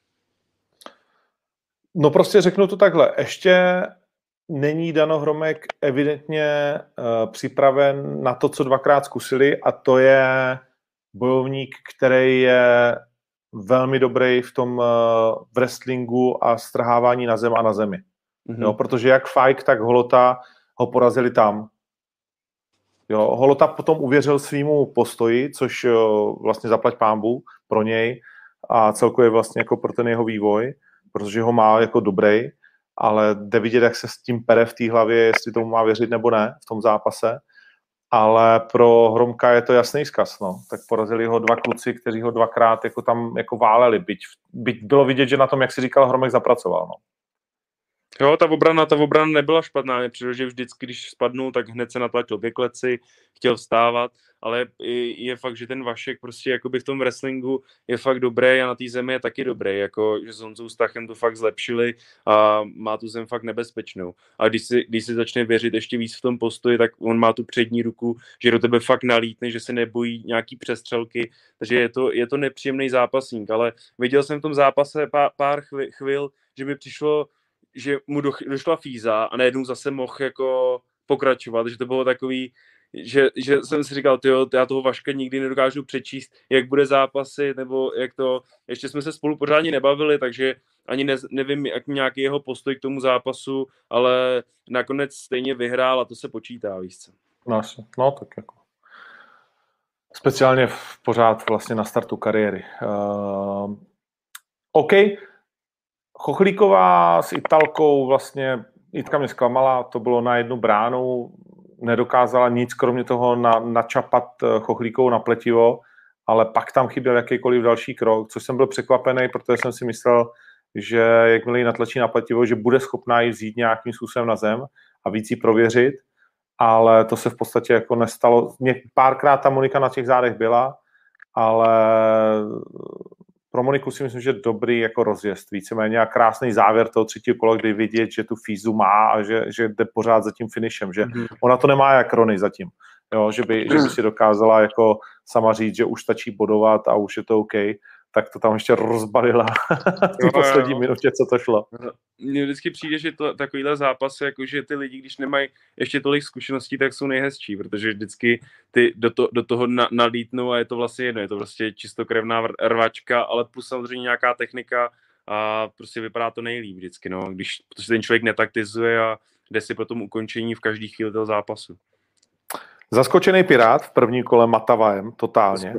No prostě řeknu to takhle. Ještě není Dano Hromek evidentně uh, připraven na to, co dvakrát zkusili, a to je bojovník, který je velmi dobrý v tom uh, wrestlingu a strhávání na zem a na zemi. Mm-hmm. Jo, protože jak Fajk, tak Holota ho porazili tam. Jo, Holota potom uvěřil svýmu postoji, což jo, vlastně zaplať pánbu pro něj a celkově vlastně jako pro ten jeho vývoj, protože ho má jako dobrý, ale jde vidět, jak se s tím pere v té hlavě, jestli tomu má věřit nebo ne v tom zápase. Ale pro Hromka je to jasný vzkaz, no. Tak porazili ho dva kluci, kteří ho dvakrát jako tam jako váleli, byť, byť bylo vidět, že na tom, jak si říkal, Hromek zapracoval, no.
Jo, ta obrana, ta obrana nebyla špatná, mě přijde, že vždycky, když spadnul, tak hned se natlačil ke kleci, chtěl vstávat, ale je, je fakt, že ten Vašek prostě jakoby v tom wrestlingu je fakt dobrý a na té zemi je taky dobrý, jako že s Honzou Stachem to fakt zlepšili a má tu zem fakt nebezpečnou. A když si, když si začne věřit ještě víc v tom postoji, tak on má tu přední ruku, že do tebe fakt nalítne, že se nebojí nějaký přestřelky, takže je to, je to nepříjemný zápasník, ale viděl jsem v tom zápase pár, pár chvil, že mi přišlo, že mu do, došla fíza a najednou zase mohl jako pokračovat, že to bylo takový, že, že jsem si říkal, tyjo, já toho Vaška nikdy nedokážu přečíst, jak bude zápasit, nebo jak to, ještě jsme se spolu pořádně nebavili, takže ani ne, nevím, jak nějaký jeho postoj k tomu zápasu, ale nakonec stejně vyhrál a to se počítá, víš co.
No, no tak jako speciálně v pořád vlastně na startu kariéry. Uh, OK, Chochlíková s Italkou vlastně, Itka mě zklamala, to bylo na jednu bránu, nedokázala nic, kromě toho na, načapat Chochlíkovou na pletivo, ale pak tam chyběl jakýkoliv další krok, což jsem byl překvapený, protože jsem si myslel, že jakmile ji natlačí na pletivo, že bude schopná ji vzít nějakým způsobem na zem a víc ji prověřit, ale to se v podstatě jako nestalo. Párkrát ta Monika na těch zádech byla, ale pro Moniku si myslím, že dobrý jako rozjezd, víceméně a krásný závěr toho třetího kola, kdy vidět, že tu fízu má a že, že jde pořád za tím finishem, že mm-hmm. ona to nemá jak Rony zatím, jo, že, by, že by si dokázala jako sama říct, že už stačí bodovat a už je to OK, tak to tam ještě rozbalila v té poslední minutě, co to šlo.
Mně vždycky přijde, že to, takovýhle zápas, jako že ty lidi, když nemají ještě tolik zkušeností, tak jsou nejhezčí, protože vždycky ty do, to, do toho na, nalítnou a je to vlastně jedno, je to prostě čistokrevná rvačka, ale plus samozřejmě nějaká technika a prostě vypadá to nejlíp vždycky, no, když, protože ten člověk netaktizuje a jde si po tom ukončení v každý chvíli toho zápasu.
Zaskočený Pirát v prvním kole Matavajem, totálně.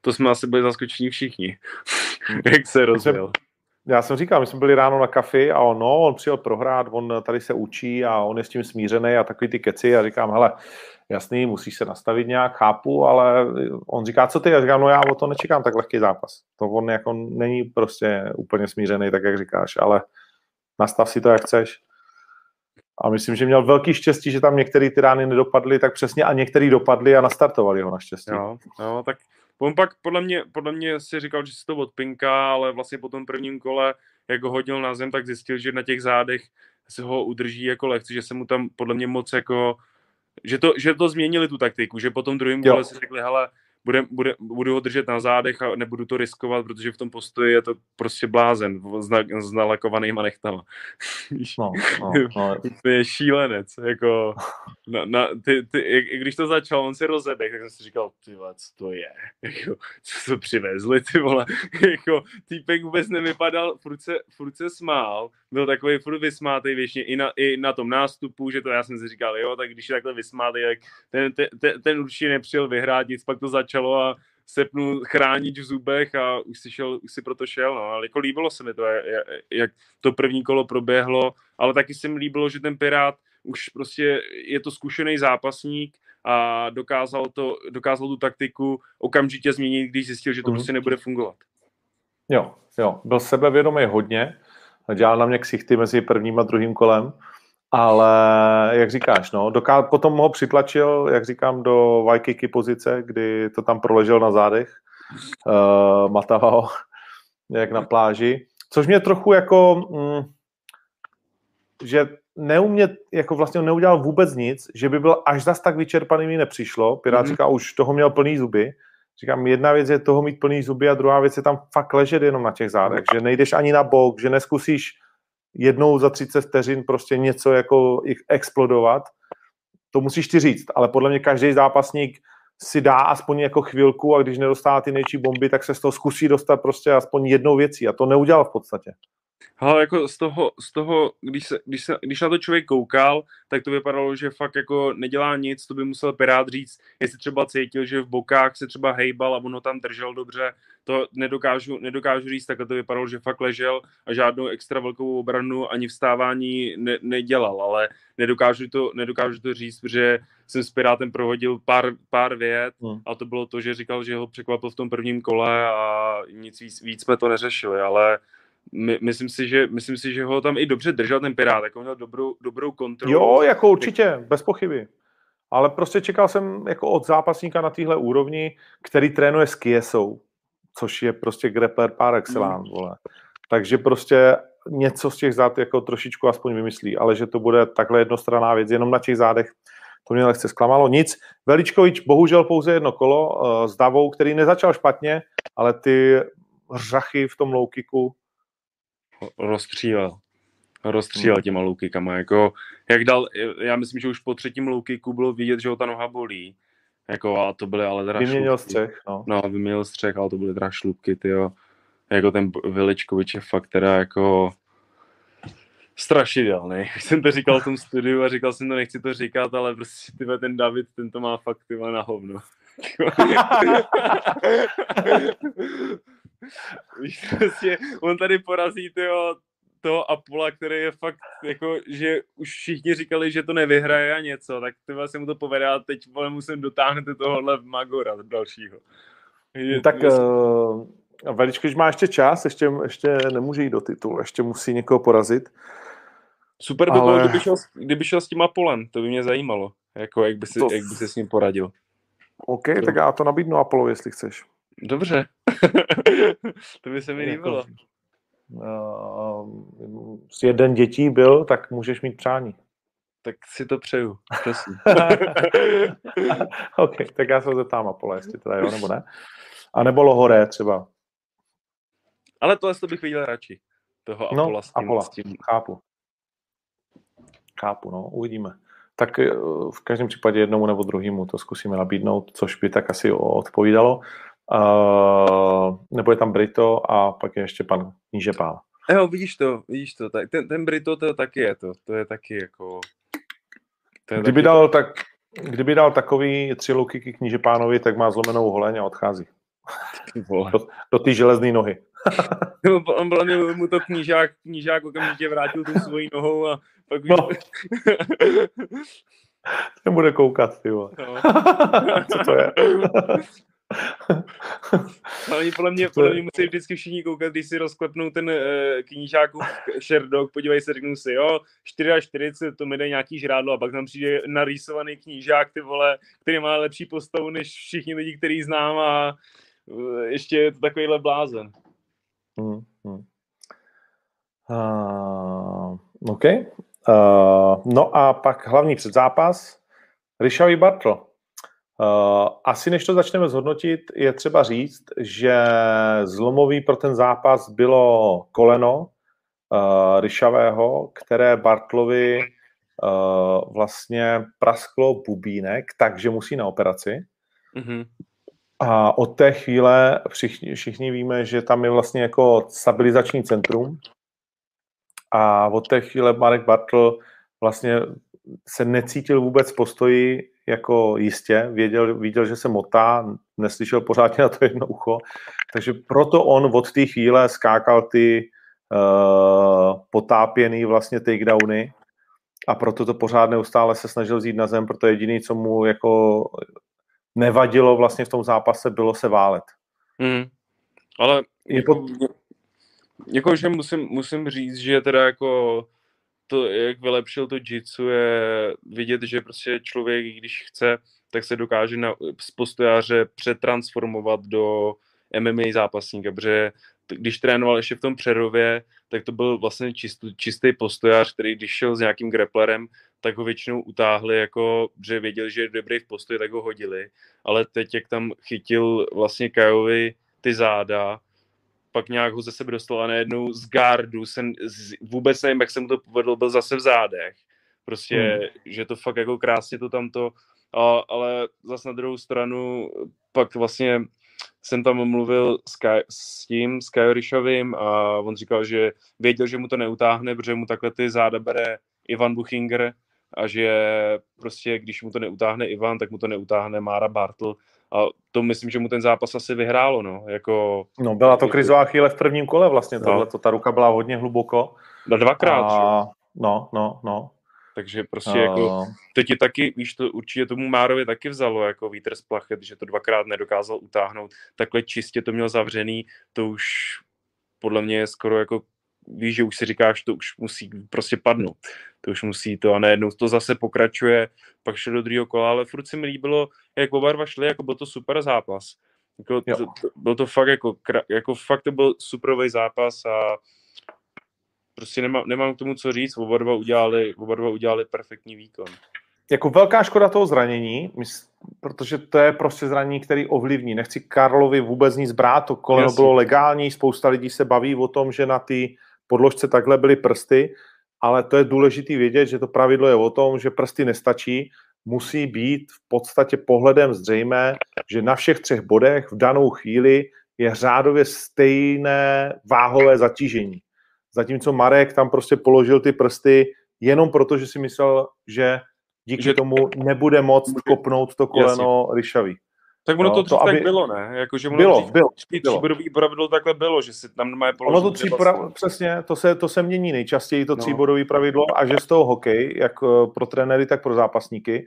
to jsme asi byli zaskočení všichni, jak se rozjel.
Já jsem říkal, my jsme byli ráno na kafi a on, no, on přijel prohrát, on tady se učí a on je s tím smířený a takový ty keci a říkám, hele, jasný, musíš se nastavit nějak, chápu, ale on říká, co ty? Já říkám, no já o to nečekám tak lehký zápas. To on jako není prostě úplně smířený, tak jak říkáš, ale nastav si to, jak chceš. A myslím, že měl velký štěstí, že tam některé ty rány nedopadly tak přesně a některý dopadly a nastartovali ho naštěstí.
Jo, jo, tak on pak podle mě, podle mě si říkal, že si to odpinká, ale vlastně po tom prvním kole, jak ho hodil na zem, tak zjistil, že na těch zádech se ho udrží jako lehce, že se mu tam podle mě moc jako, že to, že to změnili tu taktiku, že po tom druhém kole si řekli, hele, bude, bude, budu ho držet na zádech a nebudu to riskovat, protože v tom postoji je to prostě blázen s nalakovanýma nechtama.
No, no, no.
To je šílenec. Jako, na, na, ty, ty, jak, když to začal, on si rozeběh, tak jsem si říkal, ty vole, co to je? Jako, co to přivezli, ty vole? Jako, týpek vůbec nevypadal, furt se, furt se smál, byl takový furt vysmátej většině i na, i na tom nástupu, že to já jsem si říkal, jo, tak když je takhle vysmátej, tak ten, ten, ten, ten určitě nepřijel vyhrát nic, pak to začalo a sepnul chránič v zubech a už si, šel, už si proto šel, no, ale jako líbilo se mi to, jak, jak to první kolo proběhlo, ale taky se mi líbilo, že ten Pirát už prostě je to zkušený zápasník a dokázal, to, dokázal tu taktiku okamžitě změnit, když zjistil, že to mm. prostě nebude fungovat.
Jo, jo, byl sebevědomý hodně, dělal na mě ksichty mezi prvním a druhým kolem, ale jak říkáš, no, doká- potom ho přitlačil, jak říkám, do Waikiki pozice, kdy to tam proležel na zádech, uh, Matavao, jak na pláži, což mě trochu jako, mm, že neumět, jako vlastně neudělal vůbec nic, že by byl až zas tak vyčerpaný, mi nepřišlo, Pirát mm-hmm. říká, už toho měl plný zuby, říkám, jedna věc je toho mít plný zuby a druhá věc je tam fakt ležet jenom na těch zádech, že nejdeš ani na bok, že neskusíš jednou za třicet vteřin prostě něco jako explodovat, to musíš ty říct, ale podle mě každý zápasník si dá aspoň jako chvilku a když nedostává ty největší bomby, tak se z toho zkusí dostat prostě aspoň jednou věcí a to neudělal v podstatě.
Ale jako z toho, z toho když, se, když, se, když na to člověk koukal, tak to vypadalo, že fakt jako nedělá nic, to by musel Pirát říct, jestli třeba cítil, že v bokách se třeba hejbal a on ho tam držel dobře, to nedokážu, nedokážu říct, takhle to vypadalo, že fakt ležel a žádnou extra velkou obranu ani vstávání ne, nedělal, ale nedokážu to, nedokážu to říct, protože jsem s Pirátem prohodil pár, pár vět hmm. a to bylo to, že říkal, že ho překvapil v tom prvním kole a nic víc, víc jsme to neřešili, ale My, myslím, si, že, myslím si, že ho tam i dobře držel ten Pirát, jako měl dobrou, dobrou kontrolu.
Jo, jako určitě, bez pochyby. Ale prostě čekal jsem jako od zápasníka na téhle úrovni, který trénuje s Kiesou, což je prostě grappler par excellence, mm. vole. Takže prostě něco z těch zád jako trošičku aspoň vymyslí, ale že to bude takhle jednostranná věc, jenom na těch zádech, to mě lehce zklamalo. Nic, Veličkovič bohužel pouze jedno kolo uh, s Davou, který nezačal špatně, ale ty řachy v tom low kicku
rozstřílel. Rozstřílel těma low kickama. Jako, jak dal, já myslím, že už po třetím low kicku bylo vidět, že ho ta noha bolí. Jako, a to byly ale teda
vyměnil
šlupky.
střech, no.
No, vyměnil střech, ale to byly teda šlupky, tyjo. Jako ten Veličkovič je fakt teda jako strašidelný. Jsem to říkal v tom studiu a říkal jsem to, nechci to říkat, ale prostě tyhle, ten David, ten to má fakt tyhle na hovno. Víš, prostě, on tady porazí tyho, toho Apola, který je fakt, jako, že už všichni říkali, že to nevyhraje a něco, tak tyhle se mu to povede a teď vole, musím dotáhnout tohohle Magora dalšího. Je,
tak uh, Veličkovič má ještě čas, ještě, ještě nemůže jít do titulu, ještě musí někoho porazit.
Super by ale... bylo, kdyby šel, kdyby šel s tím Apolem, to by mě zajímalo, jako, jak, by si, to... jak by se s ním poradil.
OK, to... tak já to nabídnu Apolovi, jestli chceš.
Dobře. To by se mi líbilo.
Uh, jeden dětí byl, tak můžeš mít přání.
Tak si to přeju, prosím.
OK, tak já se ho zeptám Apolo, jestli teda jo, nebo ne. A nebo Lohoré třeba.
Ale tohle to bych viděl radši. Toho Apola
no,
s tím.
Apola.
S tím.
Chápu. Chápu, no, uvidíme. Tak v každém případě jednomu nebo druhému to zkusíme nabídnout, což by tak asi odpovídalo. Uh, nebo je tam Brito a pak je ještě pan Nížepál.
Jo, vidíš to, vidíš to. Tak ten, ten Brito to taky je to. To je taky jako... To je
kdyby,
taky
dal,
to...
tak, kdyby dal takový tři low kicky Knížepánovi, tak má zlomenou holeň a odchází. do, do té železné nohy.
On byl mě mu to knížák, knížák okamžitě vrátil tu svojí nohou a pak
no. Ten bude koukat, ty vole. No. Co to je?
Ale podle mě, podle mě musí vždycky všichni koukat, když si rozklepnou ten uh, knížákův Sherdog, podívají se, řeknou si, jo, čtyřicet čtyři, to mi jde nějaký žrádlo a pak tam přijde narýsovaný knížák, ty vole, který má lepší postavu než všichni lidi, který znám a uh, ještě je to takovýhle blázen.
Hmm, hmm. Uh, OK. Uh, no a pak hlavní předzápas, Rishavy Bartle. Uh, asi než to začneme zhodnotit, je třeba říct, že zlomový pro ten zápas bylo koleno uh, Rishavého, které Bartlovi uh, vlastně prasklo bubínek, takže musí na operaci. Mm-hmm. A od té chvíle všichni, všichni víme, že tam je vlastně jako stabilizační centrum a od té chvíle Marek Bartl vlastně se necítil vůbec v postoji jako jistě, věděl, viděl, že se motá, neslyšel pořádně na to jedno ucho, takže proto on od té chvíle skákal ty uh, potápěný vlastně takedowny a proto to pořád neustále se snažil vzít na zem, protože jediný, co mu jako nevadilo vlastně v tom zápase, bylo se válet.
Hmm. Ale jako, jako že musím, musím říct, že teda jako to, jak vylepšil to jitsu, je vidět, že prostě člověk, když chce, tak se dokáže na, z postojáře přetransformovat do M M A zápasníka, protože když trénoval ještě v tom Přerově, tak to byl vlastně čist, čistý postojář, který když šel s nějakým grapplerem, tak ho většinou utáhli, jako, že věděli, že je dobrý v postoji, tak ho hodili, ale teď, jak tam chytil vlastně Kajovi ty záda, pak nějak ho ze sebe dostal a najednou z gardu, jsem vůbec nevím, jak se mu to povedlo, byl zase v zádech. Prostě, hmm. že to fakt jako krásně to tamto, a, ale zase na druhou stranu pak vlastně jsem tam mluvil s, Kai, s tím, s Kajo Rishavým a on říkal, že věděl, že mu to neutáhne, protože mu takhle ty záda bere Ivan Buchinger a že prostě, když mu to neutáhne Ivan, tak mu to neutáhne Mára Bartl. A to myslím, že mu ten zápas asi vyhrálo, no. Jako,
no byla to krizová chvíle v prvním kole vlastně, no. Tohleto, ta ruka byla hodně hluboko.
No dvakrát,
a... No, no, no.
Takže prostě uh... jako, teď je taky, víš, to určitě tomu Márovi taky vzalo, jako vítr z plachet, že to dvakrát nedokázal utáhnout. Takhle čistě to měl zavřený, to už podle mě je skoro jako, víš, že už si říkáš, to už musí prostě padnout. To už musí to a najednou to zase pokračuje, pak šel do druhého kola, ale furt se mi líbilo, jak oba dva šli, jako byl to super zápas. Jako, to, to, byl to fakt jako, jako fakt to byl superový zápas a prostě nemám, nemám k tomu co říct, oba dva udělali, oba dva udělali perfektní výkon.
Jako velká škoda toho zranění, protože to je prostě zranění, který ovlivní. Nechci Karlovi vůbec nic brát, to koleno Jasně. bylo legální, spousta lidí se baví o tom, že na té podložce takhle byly prsty, ale to je důležité vědět, že to pravidlo je o tom, že prsty nestačí, musí být v podstatě pohledem zřejmé, že na všech třech bodech v danou chvíli je řádově stejné váhové zatížení. Zatímco Marek tam prostě položil ty prsty jenom proto, že si myslel, že díky že tomu nebude moct kopnout to koleno Rishavy.
Tak ono no, to dřív to, tak aby... bylo, ne? Jako, že
bylo,
dřív,
bylo.
Tříbodový pravidlo takhle bylo, že si tam nemá položit.
Ono to tří pra... přesně, to se, to se mění nejčastěji, to no. tříbodový pravidlo, a že z toho hokej, jak pro trenéry, tak pro zápasníky,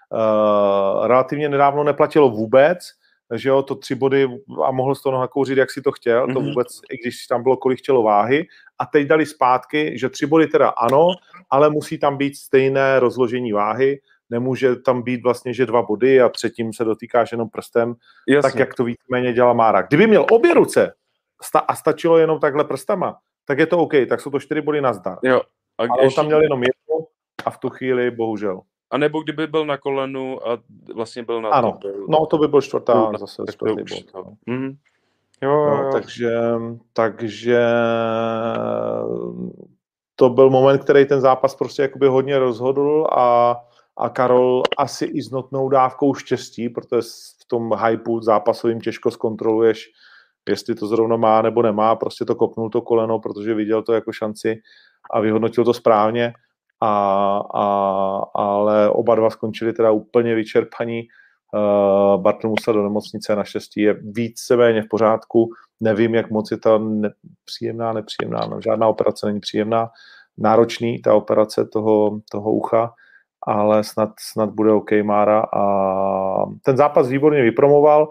uh, relativně nedávno neplatilo vůbec, že jo, to tři body a mohl z toho nakouřit, jak si to chtěl, mm-hmm. to vůbec, i když tam bylo, kolik chtělo váhy, a teď dali zpátky, že tři body teda ano, ale musí tam být stejné rozložení váhy, nemůže tam být vlastně, že dva body a třetím se dotýkáš jenom prstem, Jasně. tak jak to víceméně dělá Mára. Kdyby měl obě ruce a stačilo jenom takhle prstama, tak je to OK, tak jsou to čtyři body nazdar.
Jo. A
ale ještě... on tam měl jenom jednu a v tu chvíli bohužel.
A nebo kdyby byl na kolenu a vlastně byl na...
Ano,
to, byl...
no to by byl čtvrtá no, zase čtvrtý bod.
No. Mm-hmm. Jo, jo, jo.
No, takže, takže to byl moment, který ten zápas prostě jakoby hodně rozhodl a, a Karol asi i s notnou dávkou štěstí, protože v tom hypeu zápasovým těžko zkontroluješ, jestli to zrovna má nebo nemá, prostě to kopnul to koleno, protože viděl to jako šanci a vyhodnotil to správně. A, a, ale oba dva skončili teda úplně vyčerpaní. Uh, Bartl musel do nemocnice, naštěstí je víceméně v pořádku. Nevím, jak moc je ta ne- příjemná, nepříjemná. No, žádná operace není příjemná. Náročný ta operace toho, toho ucha, ale snad, snad bude OK, Mára. A ten zápas výborně vypromoval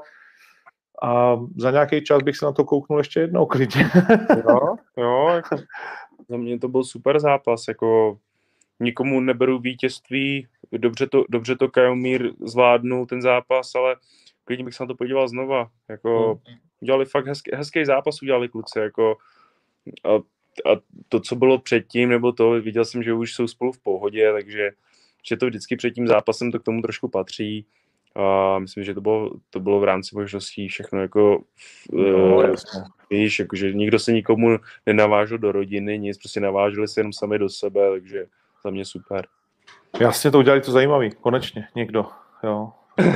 a za nějaký čas bych se na to kouknul ještě jednou klidně.
Jo, jo, jako, za mě to byl super zápas, jako nikomu neberu vítězství, dobře to, dobře to Kajomír zvládnul ten zápas, ale klidně bych se na to podíval znova, jako hmm. udělali fakt hezký, hezký zápas, udělali kluci, jako a, a to, co bylo předtím, nebo to, viděl jsem, že už jsou spolu v pohodě, takže že to vždycky před tím zápasem to k tomu trošku patří. A myslím, že to bylo, to bylo v rámci možností všechno jako
no,
uh, víš, jakože nikdo se nikomu nenavážil do rodiny, nic, prostě navážili se jenom sami do sebe, takže za mě super.
Jasně, to udělali to zajímavý, konečně, někdo, jo.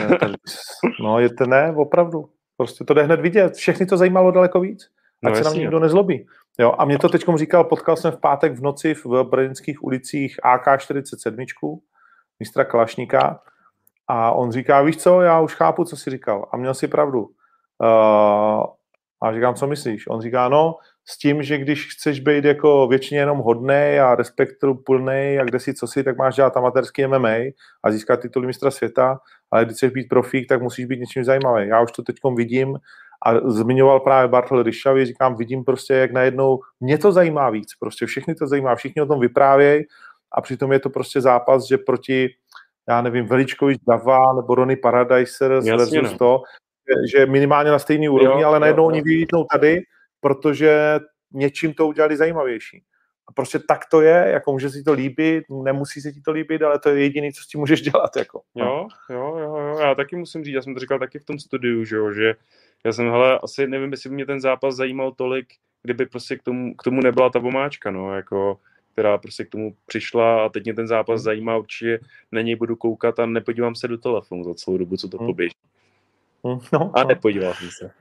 No, je to ne, opravdu, prostě to jde hned vidět, všechny to zajímalo daleko víc, ať no, se nám nikdo nezlobí. Jo, a mě to teďkom říkal, potkal jsem v pátek v noci v brněnských ulicích A K čtyřicet sedm, mistra Kalašníka, a on říká, víš co, já už chápu, co jsi říkal. A měl si pravdu. Uh, a říkám, co myslíš? On říká, no, s tím, že když chceš být jako většině jenom hodnej a respektuplnej a kde si co si, tak máš dělat amatérský M M A a získat titul mistra světa, ale když chceš být profík, tak musíš být něčím zajímavý. Já už to teďkom vidím a zmiňoval právě Bartl Ryšavy, říkám, vidím prostě, jak najednou mě to zajímá víc, prostě všechny to zajímá, všichni o tom vyprávějí a přitom je to prostě zápas, že proti já nevím, Veličkovič Dava nebo Ronnie Paradiser versus to, že minimálně na stejný úrovni, jo, ale najednou jo, oni vylítnou tady, protože něčím to udělali zajímavější. A prostě tak to je, jako může si to líbit, nemusí se ti to líbit, ale to je jediné, co s tím můžeš dělat. Jako.
Jo, jo, jo, jo, já taky musím říct, já jsem to říkal taky v tom studiu, že, jo, že já jsem, hele, asi nevím, jestli by mě ten zápas zajímal tolik, kdyby prostě k tomu, k tomu nebyla ta vomáčka, no, jako která prostě k tomu přišla a teď mě ten zápas zajímá, určitě na něj budu koukat a nepodívám se do telefonu za celou dobu, co to poběží.
No,
a nepodíval jsem se.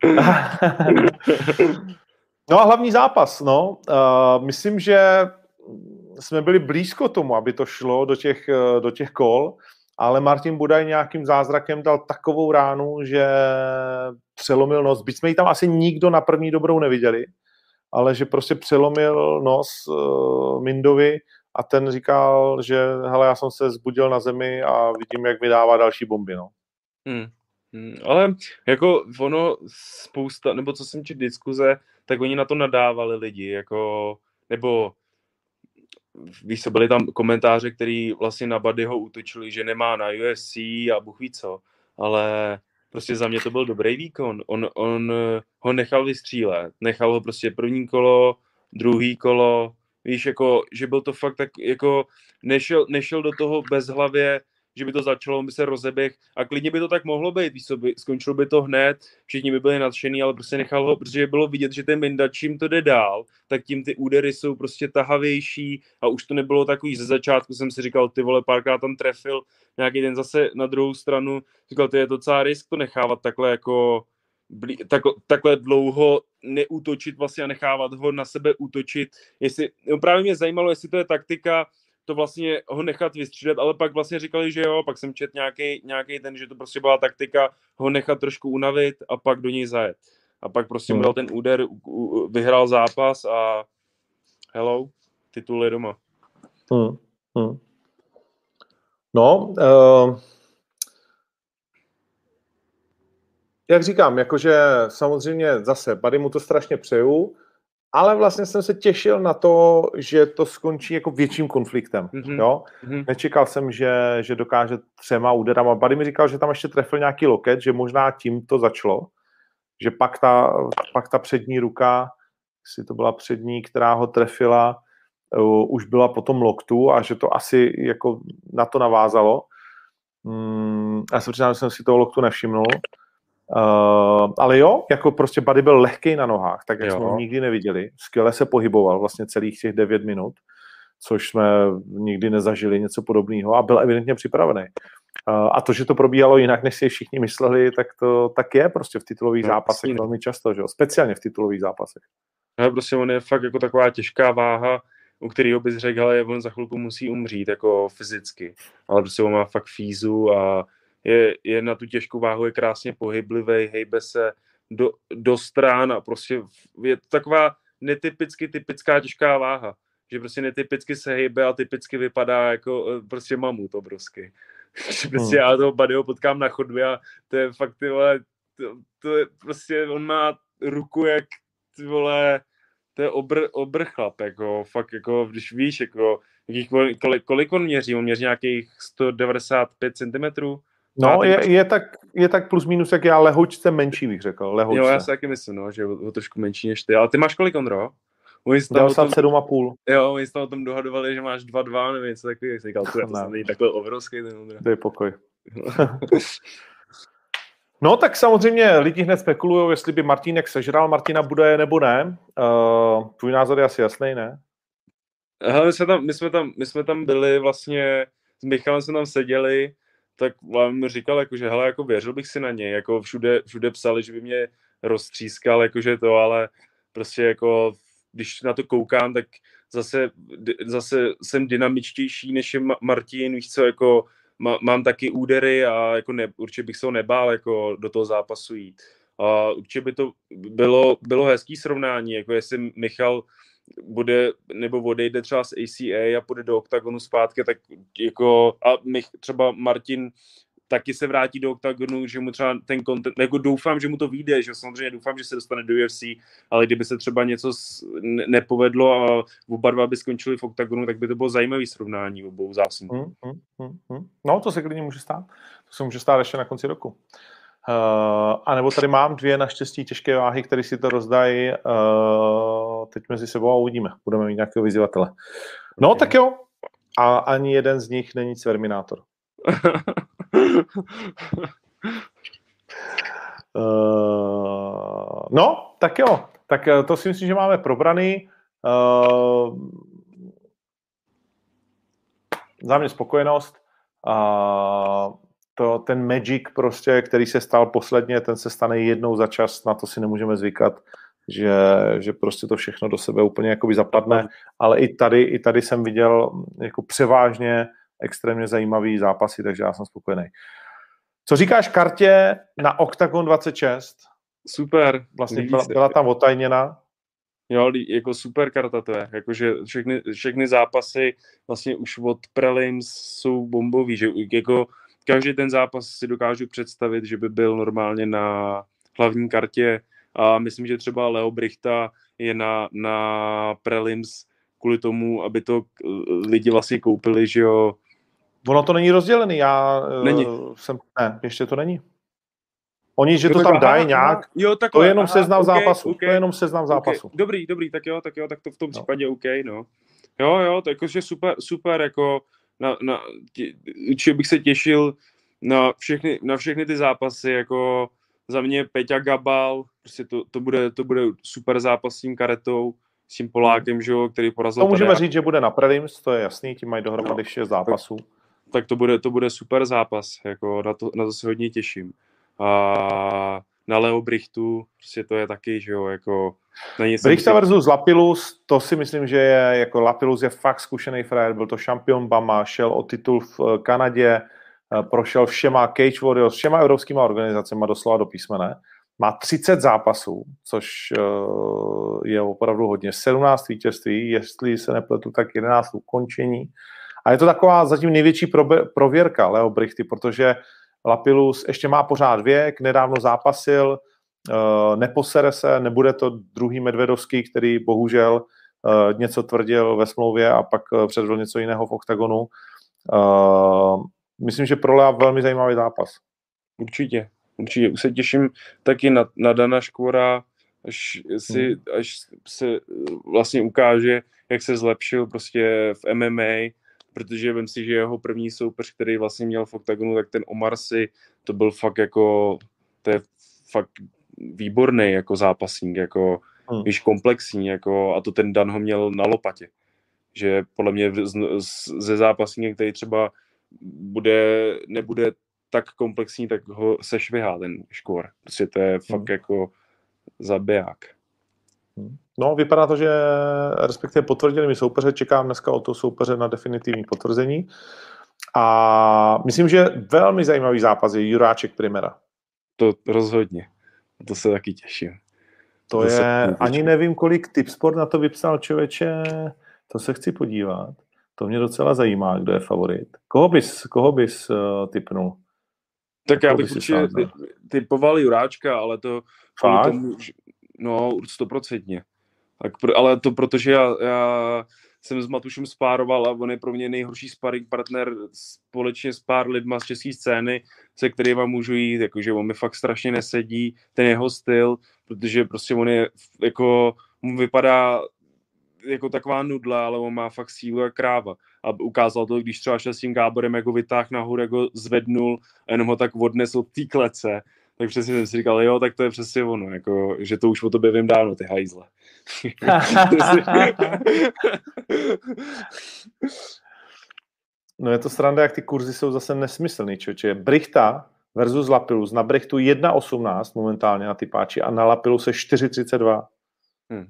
No a hlavní zápas, no. Uh, myslím, že jsme byli blízko tomu, aby to šlo do těch, do těch kol, ale Martin Budaj nějakým zázrakem dal takovou ránu, že přelomil nos. Byť jsme ji tam asi nikdo na první dobrou neviděli, ale že prostě přelomil nos uh, Mindovi a ten říkal, že hele, já jsem se zbudil na zemi a vidím, jak vydává další bomby, no.
Hmm. Hmm, ale jako ono spousta, nebo co jsem četl diskuze, tak oni na to nadávali lidi, jako, nebo víš co, byly tam komentáře, který vlastně na Buddyho útočili, že nemá na U F C a Bůh ví co, ale prostě za mě to byl dobrý výkon. On, on ho nechal vystřílet. Nechal ho prostě první kolo, druhý kolo. Víš, jako, že byl to fakt tak, jako nešel, nešel do toho bezhlavě, že by to začalo, by se rozeběh a klidně by to tak mohlo být, víš co, by, skončilo by to hned, všichni by byli nadšený, ale prostě nechal ho, protože bylo vidět, že ten Minda, čím to jde dál, tak tím ty údery jsou prostě tahavější a už to nebylo takový, ze začátku jsem si říkal, ty vole, párkrát tam trefil, nějaký den zase na druhou stranu, říkal, ty je to docela risk to nechávat takhle jako, blí, tak, takhle dlouho neútočit vlastně a nechávat ho na sebe útočit, jestli, no právě mě zajímalo, jestli to je taktika, to vlastně ho nechat vystřídat, ale pak vlastně říkali, že jo, pak jsem četl nějaký, nějaký ten, že to prostě byla taktika ho nechat trošku unavit a pak do něj zajet. A pak prostě mu dal ten úder, vyhrál zápas a hello, titul je doma.
Hmm. Hmm. No, uh, jak říkám, jakože samozřejmě zase, Buddy mu to strašně přeju, ale vlastně jsem se těšil na to, že to skončí jako větším konfliktem. Mm-hmm. Jo? Mm-hmm. Nečekal jsem, že, že dokáže třema úderama. Buddy mi říkal, že tam ještě trefil nějaký loket, že možná tím to začalo. Že pak ta, pak ta přední ruka, jestli to byla přední, která ho trefila, uh, už byla po tom loktu a že to asi jako na to navázalo. Mm, já jsem přiznal, že jsem si toho loktu nevšimnul. Uh, ale jo, jako prostě Buddy byl lehký na nohách, tak jak jo. jsme ho nikdy neviděli. Skvěle se pohyboval vlastně celých těch devět minut, což jsme nikdy nezažili něco podobného a byl evidentně připravený. Uh, a to, že to probíhalo jinak, než si všichni mysleli, tak to tak je prostě v titulových no, zápasech vlastně. Velmi často, že jo? Speciálně v titulových zápasech.
No, prostě on je fakt jako taková těžká váha, u kterého bys řekl, ale on za chvilku musí umřít, jako fyzicky. Ale prostě on má fakt fízu a je, je na tu těžkou váhu, je krásně pohyblivý, hejbe se do, do strán a prostě je to taková netypicky typická těžká váha, že prostě netypicky se hejbe a typicky vypadá jako prostě mamut obrovský. Prostě já toho Buddyho potkám na chodbě a to je fakt, ty vole, to, to je prostě, on má ruku jak, ty vole, to je obr, obr chlap, jako, fakt, jako, když víš, jako, kolik, kolik on měří, on měří nějakých sto devadesát pět centimetrů.
No, je, je, tak, je tak plus minus, jak já, lehočce menší, bych řekl, lehočce.
Jo, já si taky myslím, no, že je o trošku menší než ty, ale ty máš kolik, Ondro?
devadesát sedm a půl.
Jo, oni se tam o tom dohadovali, že máš dva dva, nevím, něco takový, jsi říkal, to není takhle obrovský ten Ondra.
Dej pokoj. No tak samozřejmě lidi hned spekulují, jestli by Martínek sežral Martina Budaje nebo ne. Uh, tvůj názor je asi jasný, ne?
Hele, my jsme tam, my jsme tam, my jsme tam byli vlastně, s Michalem jsme tam seděli, tak vám mi říkal, jako, že hele, jako věřil bych si na něj, jako všude, všude psali, že by mě roztřískal, jakože to, ale prostě jako, když na to koukám, tak zase, zase jsem dynamičtější než je Martin, víš co, jako mám taky údery a jako ne, určitě bych se ho nebál jako do toho zápasu jít. A určitě by to bylo, bylo hezký srovnání, jako jestli Michal bude, nebo odejde třeba z A C A a půjde do oktagonu zpátky, tak jako a Mich, třeba Martin taky se vrátí do oktagonu, že mu třeba ten content, jako doufám, že mu to vyjde, že samozřejmě doufám, že se dostane do U F C, ale kdyby se třeba něco nepovedlo a oba dva by skončili v oktagonu, tak by to bylo zajímavé srovnání obou zásadů.
Hmm, hmm, hmm, hmm. No, to se klidně může stát. To se může stát ještě na konci roku. Uh, a nebo tady mám dvě naštěstí těžké váhy, které si to rozdají uh, teď mezi sebou a uvidíme. Budeme mít nějakého vyzývatele. No, okay. Tak jo. A ani jeden z nich není Terminátor. uh, no, tak jo. Tak to si myslím, že máme probraný. Uh, za mě spokojenost. Uh, to, ten magic prostě, který se stal posledně, ten se stane jednou za čas, na to si nemůžeme zvykat, že, že prostě to všechno do sebe úplně jakoby zapadne, ale i tady, i tady jsem viděl jako převážně extrémně zajímavý zápasy, takže já jsem spokojený. Co říkáš kartě na Octagon dvacet šest?
Super.
Vlastně byla, byla tam otajněna.
Jo, jako super karta to je, jakože všechny, všechny zápasy vlastně už od prelims jsou bombový, že jako každý ten zápas si dokážu představit, že by byl normálně na hlavní kartě a myslím, že třeba Leo Brichta je na, na prelims kvůli tomu, aby to lidi vlastně koupili, že jo.
Ono to není rozdělený, já
není.
jsem, ne, ještě to není. Oni, že to tam dají nějak,
jo, takhle,
to je jenom
aha,
seznam
okay,
zápasu,
okay,
to je jenom seznam
okay.
zápasu.
Dobrý, dobrý, tak jo, tak jo, tak to v tom
no.
případě OK, no. Jo, jo, to jakože super, super, jako na, na, tě, určitě bych se těšil na všechny, na všechny ty zápasy, jako za mě Peťa Gabal, prostě to, to, bude, to bude super zápas s tím Karetou, s tím Polákem, hmm. že jo, který porazil.
To můžeme
tady.
říct, že bude na prelims, to je jasný, tím mají dohromady šest zápasů.
Tak, tak to bude, to bude super zápas, jako na to, na to se hodně těším. A na Leo Brichtu, prostě to je taky, že jo, jako...
Brichta si... versus Lapilus, to si myslím, že je, jako Lapilus je fakt zkušený frajer, byl to šampion Bama, šel o titul v Kanadě, prošel všema Cage Warriors, všema evropskýma organizacemi doslova do písmene. Má třicet zápasů, což je opravdu hodně. sedmnáct vítězství, jestli se nepletu, tak jedenáct ukončení. A je to taková zatím největší prověrka Leo Brichty, protože Lapilus ještě má pořád věk, nedávno zápasil, neposere se, nebude to druhý Medvedovský, který bohužel něco tvrdil ve smlouvě a pak předvedl něco jiného v oktagonu. Myslím, že pro Lea velmi zajímavý zápas.
Určitě, určitě. Už se těším taky na, na Dana Škvora, až, si, hmm. až se vlastně ukáže, jak se zlepšil prostě v M M A, protože vím si, že jeho první soupeř, který vlastně měl v oktagonu, tak ten Omar Sy, to byl fakt jako, to je fakt výborný jako zápasník, jako hmm. víš, komplexní, jako, a to ten Dan ho měl na lopatě. Že podle mě ze zápasníka, který třeba bude, nebude tak komplexní, tak ho sešvihá ten Škvor. Prostě to je fakt hmm. jako zabiják.
No, vypadá to, že respektive potvrdili mi soupeře, čekám dneska o to soupeře na definitivní potvrzení. A myslím, že velmi zajímavý zápas je Juráček Primera.
To rozhodně. To se taky těším.
To, to je, ani nevím, kolik Tipsport na to vypsal, člověče, to se chci podívat. To mě docela zajímá, kdo je favorit. Koho bys, koho bys uh, tipnul?
Tak já bych určitě typoval Juráčka, ale to... Tomu, no, stoprocentně. Tak, ale to protože já, já jsem s Matušem spároval a on je pro mě nejhorší sparring partner společně s pár lidma z české scény, se kterými můžu jít, jakože on mi fakt strašně nesedí, ten jeho styl, protože prostě on je, jako, mu vypadá jako taková nudla, ale on má fakt sílu jak kráva. A ukázal to, když třeba šel s tím Gáborem, jako vytáhl nahoru, jako zvednul a jenom ho tak odnesl od té klece. Tak přesně jsem si říkal, jo, tak to je přesně ono, jako, že to už o tobě vím dávno, ty hajzle.
No je to sranda, jak ty kurzy jsou zase nesmyslný, člověče. Brichta versus Lapilus. Na Brichtu jedna osmnáct momentálně na typáči a na Lapiluse čtyři třicet dva. Hmm.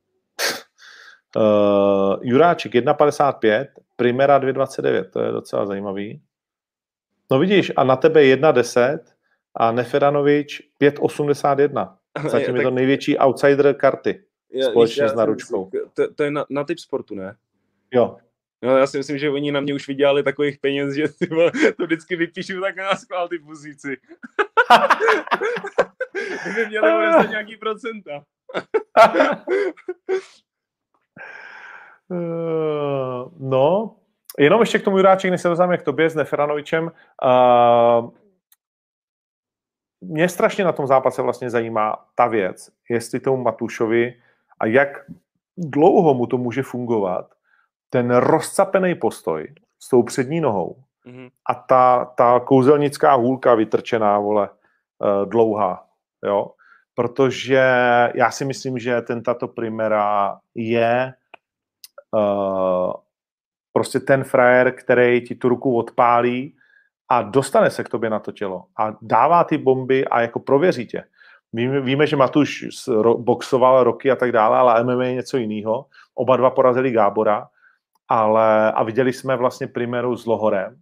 Uh, Juráček jedna padesát pět, Primera dvě dvacet devět, to je docela zajímavý. No vidíš, a na tebe jedna deset a Neferanovič pět osmdesát jedna. Zatím je, je to největší outsider karty já, společně já, s Naručkou.
To, to je na, na Tipsportu, ne?
Jo.
No, já si myslím, že oni na mě už vydělali takových peněz, že to vždycky vypíšu tak na schvál ty pozíci. Kdyby měli odezdat nějaký procenta.
Uh, no, jenom ještě k tomu Juráček, než se dozáme k tobě s Neferanovičem. Uh, mě strašně na tom zápase vlastně zajímá ta věc, jestli tomu Matušovi a jak dlouho mu to může fungovat, ten rozcapený postoj s tou přední nohou mm-hmm. a ta, ta kouzelnická hůlka vytrčená, vole, uh, dlouhá, jo, protože já si myslím, že ten tato Primera je Uh, prostě ten frajer, který ti tu ruku odpálí a dostane se k tobě na to tělo a dává ty bomby a jako prověří tě. Víme, víme že Matuš ro, boxoval roky a tak dále, ale M M A je něco jiného. Oba dva porazili Gábora, ale a viděli jsme vlastně Primeru s Lohorem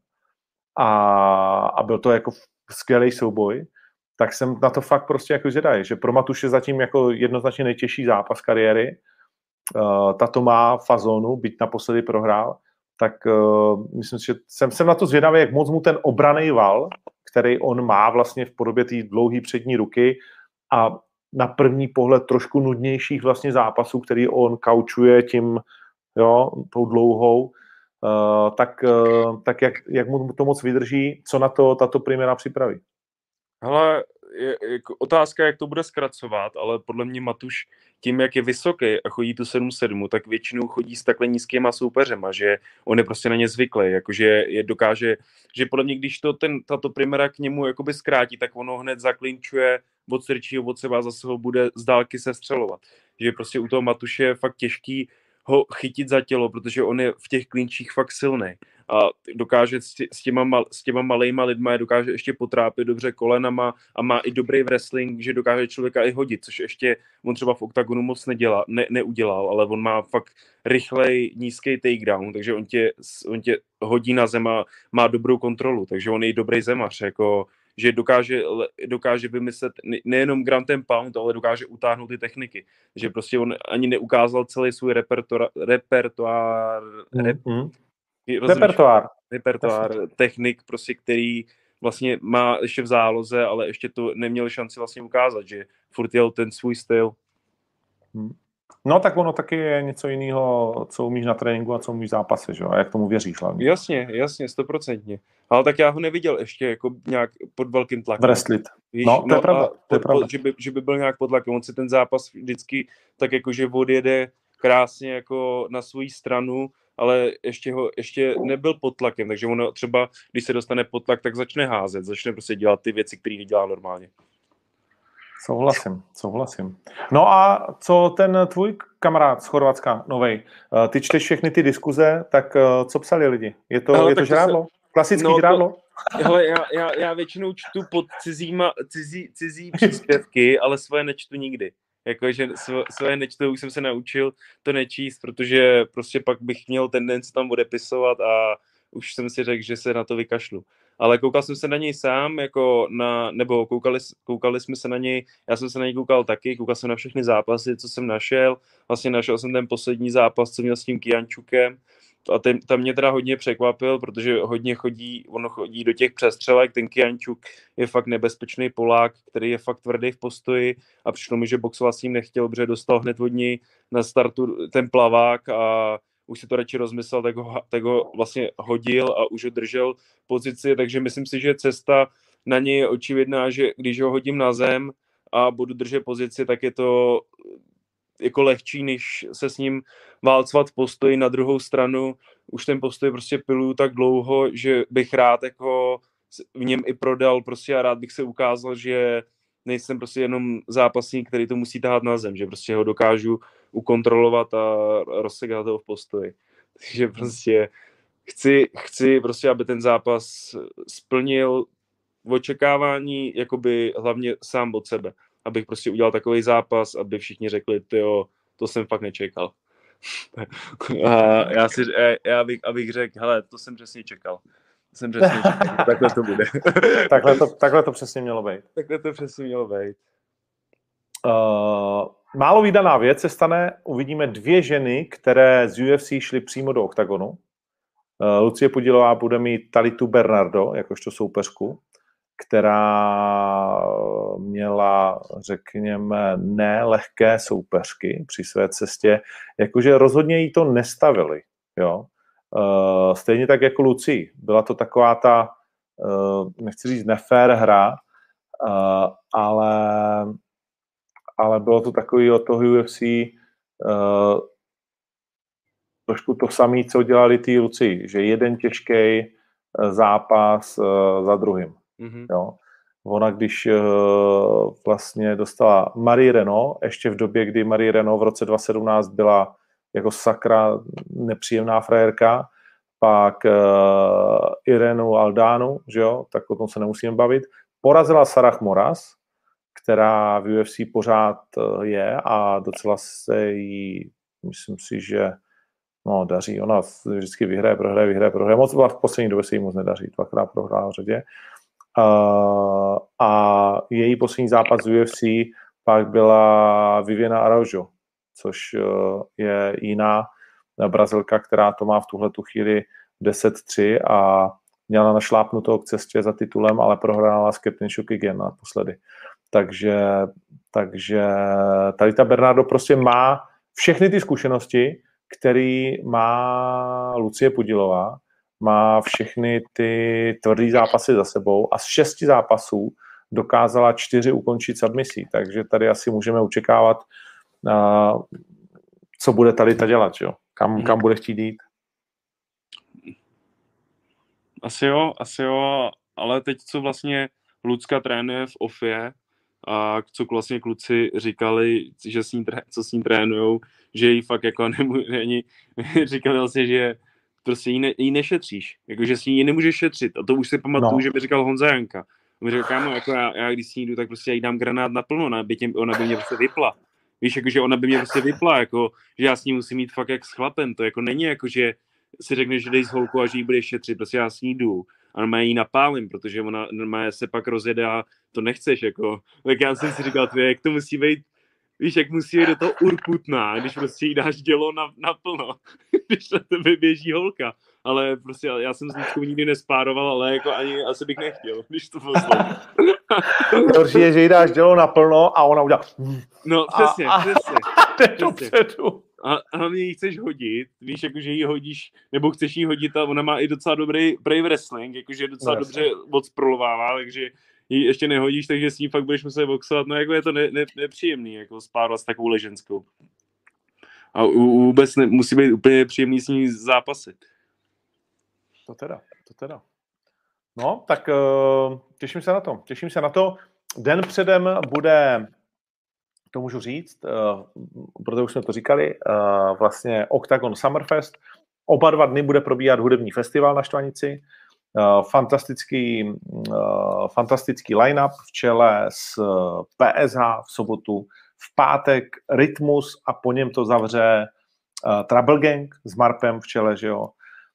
a, a byl to jako skvělý souboj, tak jsem na to fakt prostě jako zvědavý, že pro Matuše zatím jako jednoznačně nejtěžší zápas kariéry. Uh, tato má fazonu, byť naposledy prohrál, tak uh, myslím si, že jsem, jsem na to zvědavý, jak moc mu ten obraný val, který on má vlastně v podobě té dlouhé přední ruky a na první pohled trošku nudnějších vlastně zápasů, který on kaučuje tím, jo, tou dlouhou, uh, tak, uh, tak jak, jak mu to moc vydrží, co na to tato Primera připraví?
Hele, je, je otázka, jak to bude zkracovat, ale podle mě Matuš tím, jak je vysoký a chodí tu sedm sedm, tak většinou chodí s takhle nízkýma soupeřema, že on je prostě na ně zvyklý, jakože je dokáže, že podle mě, když to ten, tato Primera k němu jakoby zkrátí, tak ono hned zaklinčuje, odstrčí ho od sebe a zase ho bude z dálky sestřelovat. Že prostě u toho Matuše je fakt těžký ho chytit za tělo, protože on je v těch klinčích fakt silný. A dokáže s těma, mal, s těma malejma lidma je dokáže ještě potrápit dobře kolenama a má i dobrý wrestling, že dokáže člověka i hodit, což ještě on třeba v oktagonu moc nedělá, ne, neudělal, ale on má fakt rychlej, nízký takedown, takže on tě, on tě hodí na zem a má dobrou kontrolu, takže on je dobrý zemař, jako, že dokáže, dokáže vymyslet nejenom ground and pound, ale dokáže utáhnout ty techniky, že prostě on ani neukázal celý svůj repertoár, repertoár
mm-hmm. Repertoár.
Repertoár technik, prostě, který vlastně má ještě v záloze, ale ještě to neměl šanci vlastně ukázat, že furt jel ten svůj styl.
No tak ono taky je něco jiného, co umíš na tréninku a co umíš v zápase, že? A jak tomu věříš hlavně.
Jasně, jasně, stoprocentně. Ale tak já ho neviděl ještě jako nějak pod velkým tlakem.
Wrestlit. No, to je no, pravda. To je
pod,
pravda.
Pod, že, by, že by byl nějak pod tlakem. On si ten zápas vždycky tak jakože odjede krásně jako na svou stranu, ale ještě, ho, ještě nebyl pod tlakem, takže ono třeba, když se dostane pod tlak, tak začne házet, začne prostě dělat ty věci, které nedělá normálně.
Souhlasím, souhlasím. No a co ten tvůj kamarád z Chorvatska, novej? Ty čteš všechny ty diskuze, tak co psali lidi? Je to, hele, je to žrádlo? Se... Klasický no, žrádlo?
Hele, já, já, já většinou čtu pod cizíma, cizí, cizí příspěvky, ale svoje nečtu nikdy. Jakože svoje nečtu, už jsem se naučil to nečíst, protože prostě pak bych měl tendenci tam odepisovat a už jsem si řekl, že se na to vykašlu. Ale koukal jsem se na něj sám, jako na, nebo koukali, koukali jsme se na něj, já jsem se na něj koukal taky, koukal jsem na všechny zápasy, co jsem našel, vlastně našel jsem ten poslední zápas, co měl s tím Kijančukem, a ten, tam mě teda hodně překvapil, protože hodně chodí, ono chodí do těch přestřelek, ten Kijančuk je fakt nebezpečný Polák, který je fakt tvrdý v postoji a přišlo mi, že boxovat s ním nechtěl, protože dostal hned od něj na startu ten plavák a už si to radši rozmyslel, tak ho, tak ho vlastně hodil a už ho držel pozici, takže myslím si, že cesta na něj je očividná, že když ho hodím na zem a budu držet pozici, tak je to jako lehčí, než se s ním válcovat v postoji. Na druhou stranu už ten postoj prostě piluju tak dlouho, že bych rád jako v něm i prodal prostě a rád bych se ukázal, že nejsem prostě jenom zápasník, který to musí tahat na zem, že prostě ho dokážu ukontrolovat a rozsekat ho v postoji. Takže prostě chci, chci prostě, aby ten zápas splnil očekávání, jakoby hlavně sám od sebe. Abych prostě udělal takový zápas, aby všichni řekli, tyjo, to jsem fakt nečekal. A já, si, já bych, abych řekl, hele, to jsem přesně čekal. To jsem přesně čekal, takhle to bude.
takhle, to, takhle to přesně mělo být.
Takhle to přesně mělo být.
Uh, málo vídaná věc se stane, uvidíme dvě ženy, které z U F C šly přímo do oktagonu. Uh, Lucie Podilová bude mít Talitu Bernardo, jakožto soupeřku, která měla, řekněme, nelehké soupeřky při své cestě, jakože rozhodně jí to nestavili. Jo? Uh, stejně tak jako Lucie. Byla to taková ta, uh, nechci říct nefér hra, uh, ale, ale bylo to takový od toho U F C uh, trošku to samé, co dělali ty Lucie, že jeden těžký zápas uh, za druhým. Mm-hmm. Jo. Ona, když uh, vlastně dostala Marie Renault, ještě v době, kdy Marie Renault v roce dva tisíce sedmnáct byla jako sakra nepříjemná frajerka, pak uh, Irenu Aldanu, že jo, tak o tom se nemusíme bavit, porazila Sarah Moras, která v U F C pořád je a docela se jí, myslím si, že no, daří. Ona vždycky vyhraje, prohraje, vyhraje, prohraje. Moc v poslední době se jí moc nedaří. Dvakrát prohrála v řadě. Uh, a její poslední zápas z U F C pak byla Viviana Araujo, což uh, je jiná Brazilka, která to má v tuhletu chvíli deset tři a měla našlápnutou k cestě za titulem, ale prohrála s Catherine Shukigen naposledy. Takže, takže tady ta Bernardo prostě má všechny ty zkušenosti, který má Lucie Podilová, má všechny ty tvrdý zápasy za sebou a z šesti zápasů dokázala čtyři ukončit submisí, takže tady asi můžeme očekávat, uh, co bude tady ta dělat, jo? Kam, kam bude chtít jít.
Asi jo, asi jo, ale teď co vlastně Lucka trénuje v Ofie a co vlastně kluci říkali, že s ní, co s ní trénujou, že jí fakt jako nemůže, říkali vlastně, že prostě jí, ne, jí nešetříš, jakože s ní nemůžeš šetřit a to už si pamatuju, no. Že mi říkal Honza Janka. On mi říkal, kámo, jako já, já když s ní jdu, tak prostě já jí dám granát naplno, ona by, tě, ona by mě prostě vypla. Víš, jakože ona by mě prostě vypla, jako, že já s ní musím mít fakt jak s chlapem, to jako není jako, že si řekneš, že dej s holkou a že jí budeš šetřit, prostě já s ní jdu a normálně jí napálím, protože ona normálně se pak rozjede a to nechceš, jako. Tak já jsem si říkal, tvě, jak to musí být, víš, jak musí být do toho urputná, když prostě jí dáš dělo na, naplno, když na tebe běží holka. Ale prostě já jsem s Luckou nikdy nespároval, ale jako ani asi bych nechtěl, když to poslouchám.
Horší je, že jí dáš dělo naplno a ona udělá...
No, přesně,
a,
přesně.
A jde dopředu.
A hlavně ji chceš hodit, víš, jakože ji hodíš, nebo chceš jí hodit a ona má i docela dobrý brave wrestling, jakože docela
no,
dobře odsprolovává, takže ji ještě nehodíš, takže s ní fakt budeš muset boxovat, no jako je to ne, ne, nepříjemný, jako spárovat s takovou leženskou. A vůbec ne, musí být úplně příjemný s ní zápasy.
To teda, to teda. No, tak uh, těším se na to, těším se na to. Den předem bude, to můžu říct, uh, protože už jsme to říkali, uh, vlastně Octagon Summerfest. Oba dva dny bude probíhat hudební festival na Štvanici. Uh, fantastický, uh, fantastický line-up v čele s uh, P S H v sobotu, v pátek Rytmus a po něm to zavře uh, Trouble Gang s Marpem v čele, že jo.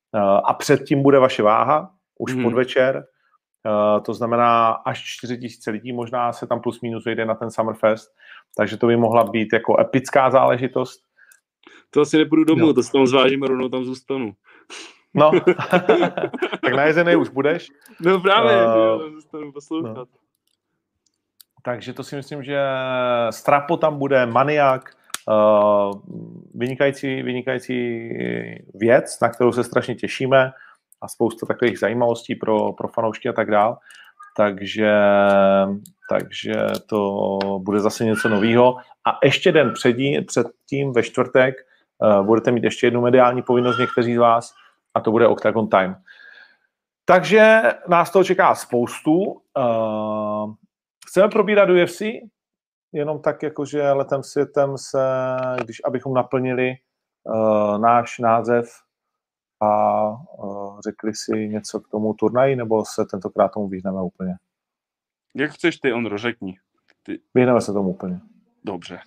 a předtím bude vaše váha, už
Mhm.
podvečer, to znamená až čtyři tisíce lidí možná se tam plus minus vejde na ten Summerfest, takže to by mohla být jako epická záležitost.
To asi nepůjdu domů,
No.
to si tam zvážím a rovnou tam zůstanu.
No, tak najezenej už budeš.
No právě,
Uh,
jo, tam zůstanu poslouchat.
no. Takže to si myslím, že Strapo tam bude, Maniak, uh, vynikající, vynikající věc, na kterou se strašně těšíme a spousta takových zajímavostí pro, pro fanoušky a tak dál. Takže, takže to bude zase něco nového. A ještě den předtím, předtím ve čtvrtek uh, budete mít ještě jednu mediální povinnost někteří z vás a to bude Octagon Time. Takže nás toho čeká spoustu. Uh, chceme probírat U F C, jenom tak jakože letem světem se, když abychom naplnili uh, náš název a uh, řekli si něco k tomu turnaji, nebo se tentokrát tomu vyhneme úplně?
Jak chceš ty, Ondro, řekni. Ty.
Vyhneme se tomu úplně.
Dobře.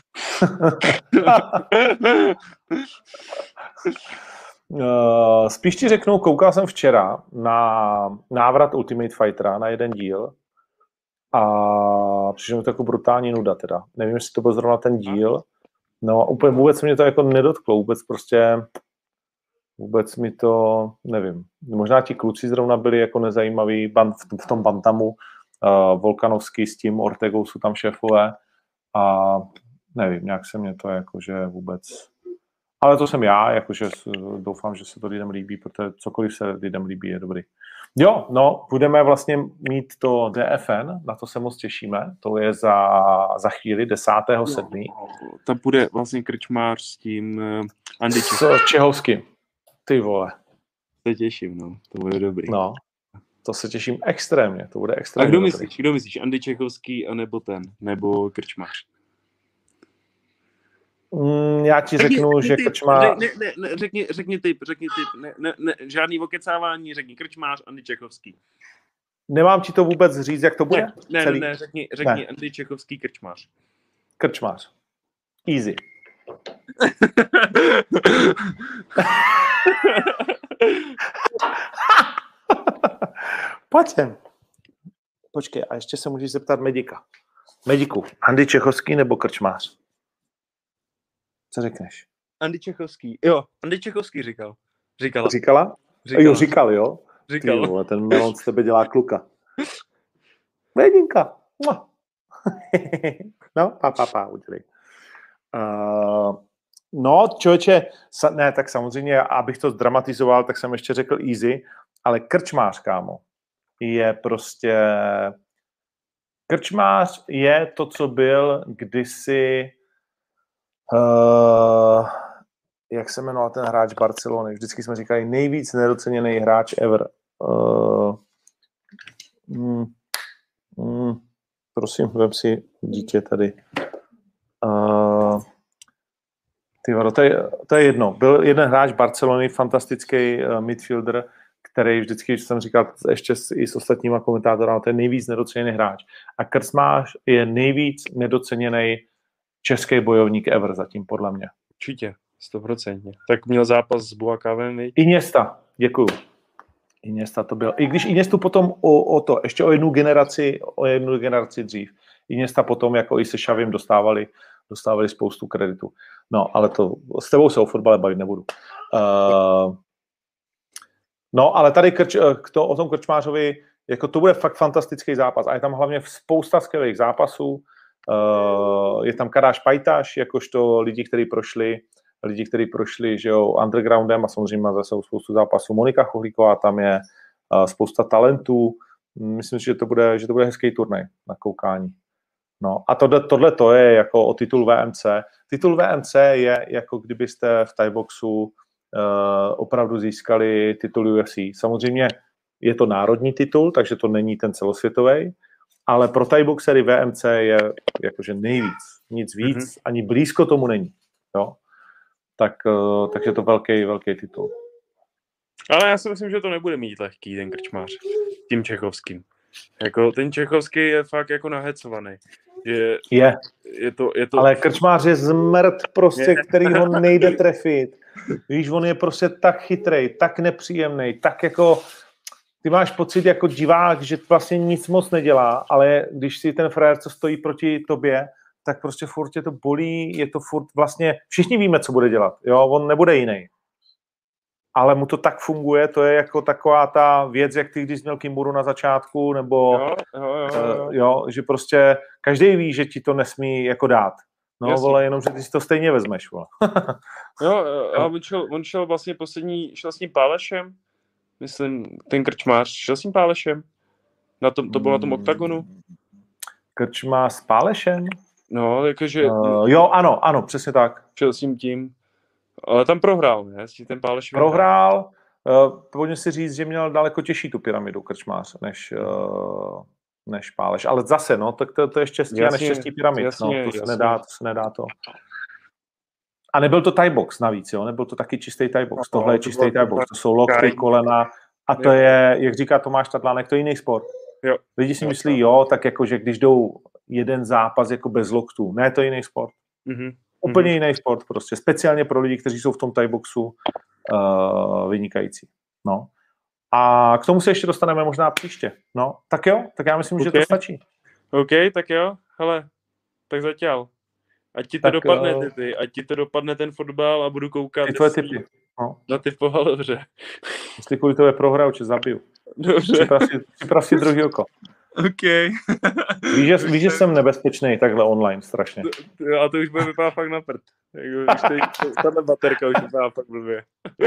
uh, spíš ti řeknu, koukal jsem včera na návrat Ultimate Fightera, na jeden díl a přišlo mi to jako brutální nuda teda. Nevím, jestli to byl zrovna ten díl. No úplně vůbec mě to jako nedotklo, vůbec prostě vůbec mi to, nevím. Možná ti kluci zrovna byli jako nezajímaví ban, v tom bantamu. Uh, Volkanovský s tím Ortegou jsou tam šéfové a nevím, nějak se mě to jakože vůbec... Ale to jsem já, jakože doufám, že se to lidem líbí, protože cokoliv se lidem líbí, je dobrý. Jo, no, budeme vlastně mít to D F N, na to se moc těšíme, to je za, za chvíli, desátého sedmého
Tam bude vlastně krčmář s tím uh, Andy
S Čehovským. Ty vole.
Se těším, no, to bude dobrý.
No, to se těším extrémně, to bude
A
extrémně
kdo
dobrý.
myslíš, kdo myslíš, Andy Čechovský anebo ten, nebo krčmář?
Mm, já ti řeknu,
Řekni
že
typ,
Krčma...
Ne, ne, ne, ne, řekni, řekni typ, řekni typ, ne, ne, ne, žádný okecávání, řekni krčmář, Andy Čechovský.
Nemám ti to vůbec říct, jak to bude?
Ne, ne,
Celý?
ne, ne, řekni, řekni
Ne.
Andy Čechovský krčmář.
Krčmář. Easy. Pojď sem. Počkej, a ještě se můžeš zeptat Medika. Mediku, Andy Čechovský nebo Krčmář? Co řekneš?
Andy Čechovský, jo, Andy Čechovský říkal. Říkala.
Říkala?
Říkala.
Jo, říkal, jo? Ty
Říkal.
vole, ten melon z tebe dělá kluka. Medinka. No, pa, pa, pa, udělej. Uh, no, člověče, sa, ne, tak samozřejmě, abych to zdramatizoval, tak jsem ještě řekl easy, ale Krčmář, kámo, je prostě... Krčmář je to, co byl kdysi... Uh, jak se jmenoval ten hráč Barcelony? Vždycky jsme říkali nejvíc nedoceněný hráč ever. Uh, mm, mm, prosím, vem si dítě tady. Uh, ty vado, to, je, to je jedno. Byl jeden hráč Barcelony, fantastický uh, midfielder, který vždycky, jsem říkal ještě s, i s ostatníma komentátorama, to je nejvíc nedoceněný hráč. A Krčmář je nejvíc nedoceněný český bojovník ever zatím, podle mě.
Určitě, stoprocentně. Tak měl zápas s Buakavem, viď?
Iniesta, děkuju. Iniesta to byl. I když Iniestu potom o, o to, ještě o jednu generaci, o jednu generaci dřív. Iniesta potom jako i se Xavim dostávali, dostávali spoustu kreditu. No, ale to, s tebou se o fotbale bavit nebudu. Uh, no, ale tady krč, to, o tom Krčmářovi, jako to bude fakt fantastický zápas. A je tam hlavně spousta skvělých zápasů. Uh, je tam Kadáš Pajtaš, jakožto lidi, kteří prošli, lidi, kteří prošli, že jo, undergroundem a samozřejmě zase spoustu zápasů. Monika Chohlíková, tam je uh, spousta talentů. Myslím si, že to bude, že to bude hezký turnaj na koukání. No a tohle, tohle to je jako o titul V M C. Titul V M C je jako kdybyste v Thaiboxu uh, opravdu získali titul U F C. Samozřejmě je to národní titul, takže to není ten celosvětový, ale pro Thaiboxery V M C je jakože nejvíc. Nic víc, mm-hmm. ani blízko tomu není. Jo? Tak, uh, takže je to velký, velký titul.
Ale já si myslím, že to nebude mít lehký, ten Krčmář, tím Čechovským. Jako ten Čechovský je fakt jako nahecovaný. Je,
Je,
je to, je to...
ale Krčmář je zmrt prostě,
Je.
který ho nejde trefit. Víš, on je prostě tak chytrej, tak nepříjemný, tak jako... Ty máš pocit jako divák, že vlastně nic moc nedělá, ale když si ten frajer, co stojí proti tobě, tak prostě furt tě to bolí, je to furt vlastně... Všichni víme, co bude dělat, jo, on nebude jiný. Ale mu to tak funguje, to je jako taková ta věc, jak ty, když jsi měl Kimuru na začátku, nebo
Jo, jo, jo, jo.
Uh, jo, že prostě každý ví, že ti to nesmí jako dát. No,
Jasně.
vole, jenom, že ty si to stejně vezmeš, vole.
Jo, a on šel, on šel vlastně poslední, šel s tím Pálešem, myslím, ten krčmář, šel s tím Pálešem, na tom, to bylo na tom oktagonu.
Krčma s Pálešem?
No, jakože...
Uh, jo, ano, ano, přesně tak.
Šel s tím tím, ale tam prohrál, ne? S tím ten Páleš vyhrál.
Prohrál, uh, pojďme si říct, že měl daleko těžší tu pyramidu krčmář, než, uh, než Páleš. Ale zase, no, tak to, to je štěstí
Jasně,
a neštěstí pyramid,
jasně,
no, to se
jasně.
nedá, to se nedá to. A nebyl to Thai box navíc, jo, nebyl to taky čistý Thai box,
No,
tohle je
to
čistý
bylo
Thai box, to jsou lokty,
Thai.
kolena a to
Jo.
je, jak říká Tomáš Tatlánek, to je jiný sport.
Jo.
Lidi si
Jo,
myslí, jo, tak jako, že když jdou jeden zápas jako bez loktů, ne, to je jiný sport.
Mhm.
Úplně mm-hmm. jiný sport prostě, speciálně pro lidi, kteří jsou v tom Thai boxu uh, vynikající. No. A k tomu se ještě dostaneme možná příště. No, tak jo, tak já myslím, okay. že to stačí.
OK, tak jo, hele, tak zatím. Ať ti to
Tak,
dopadne,
uh,
ty, ty, ať ti to dopadne ten fotbal a budu koukat.
Ty tvoje
jestli-
typy. No.
Natypoval dobře.
Jestli kvůli tebe prohraju, či zabiju.
Dobře.
Připrav si, připrav si druhý oko.
OK.
Víš, že, víš, že jsem nebezpečný takhle online strašně.
A to už bude vypadat fakt na prd. Jako, už tady, tahle baterka už vypadá fakt blbě.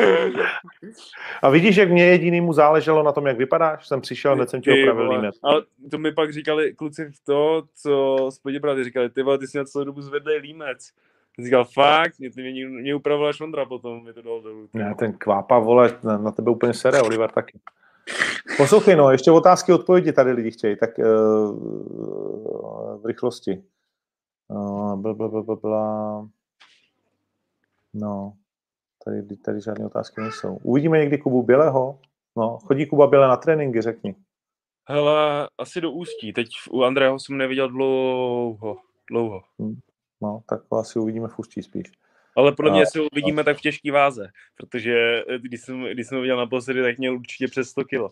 A vidíš, jak mě jedinýmu záleželo na tom, jak vypadáš? Jsem přišel, hned jsem ti
Ty
opravil
vole,
límet.
ale to mi pak říkali kluci v to, co z Poděbrady říkali, ty vole, ty jsi na celou dobu zvedlej límec. Jsem říkal, fakt, mě, mě, mě upravila švondra potom, mi to dal dolů.
Ne, ten kvápa, vole, na, na tebe úplně sere, Oliver taky. Poslouchej, no, ještě otázky, odpovědi tady lidi chtějí, tak uh, v rychlosti. Uh, bla, bla, bla, bla, bla. No, tady, tady žádné otázky nejsou. Uvidíme někdy Kubu Bělého? No, chodí Kuba Běle na tréninky, řekni.
Hele, asi do Ústí, teď u Andreho jsem neviděl dlouho, dlouho.
No, tak ho asi uvidíme v Ústí spíš.
Ale podle mě
A-
se uvidíme tak v těžký váze, protože když jsem, když jsem ho viděl naposledy, tak měl určitě přes sto kilo.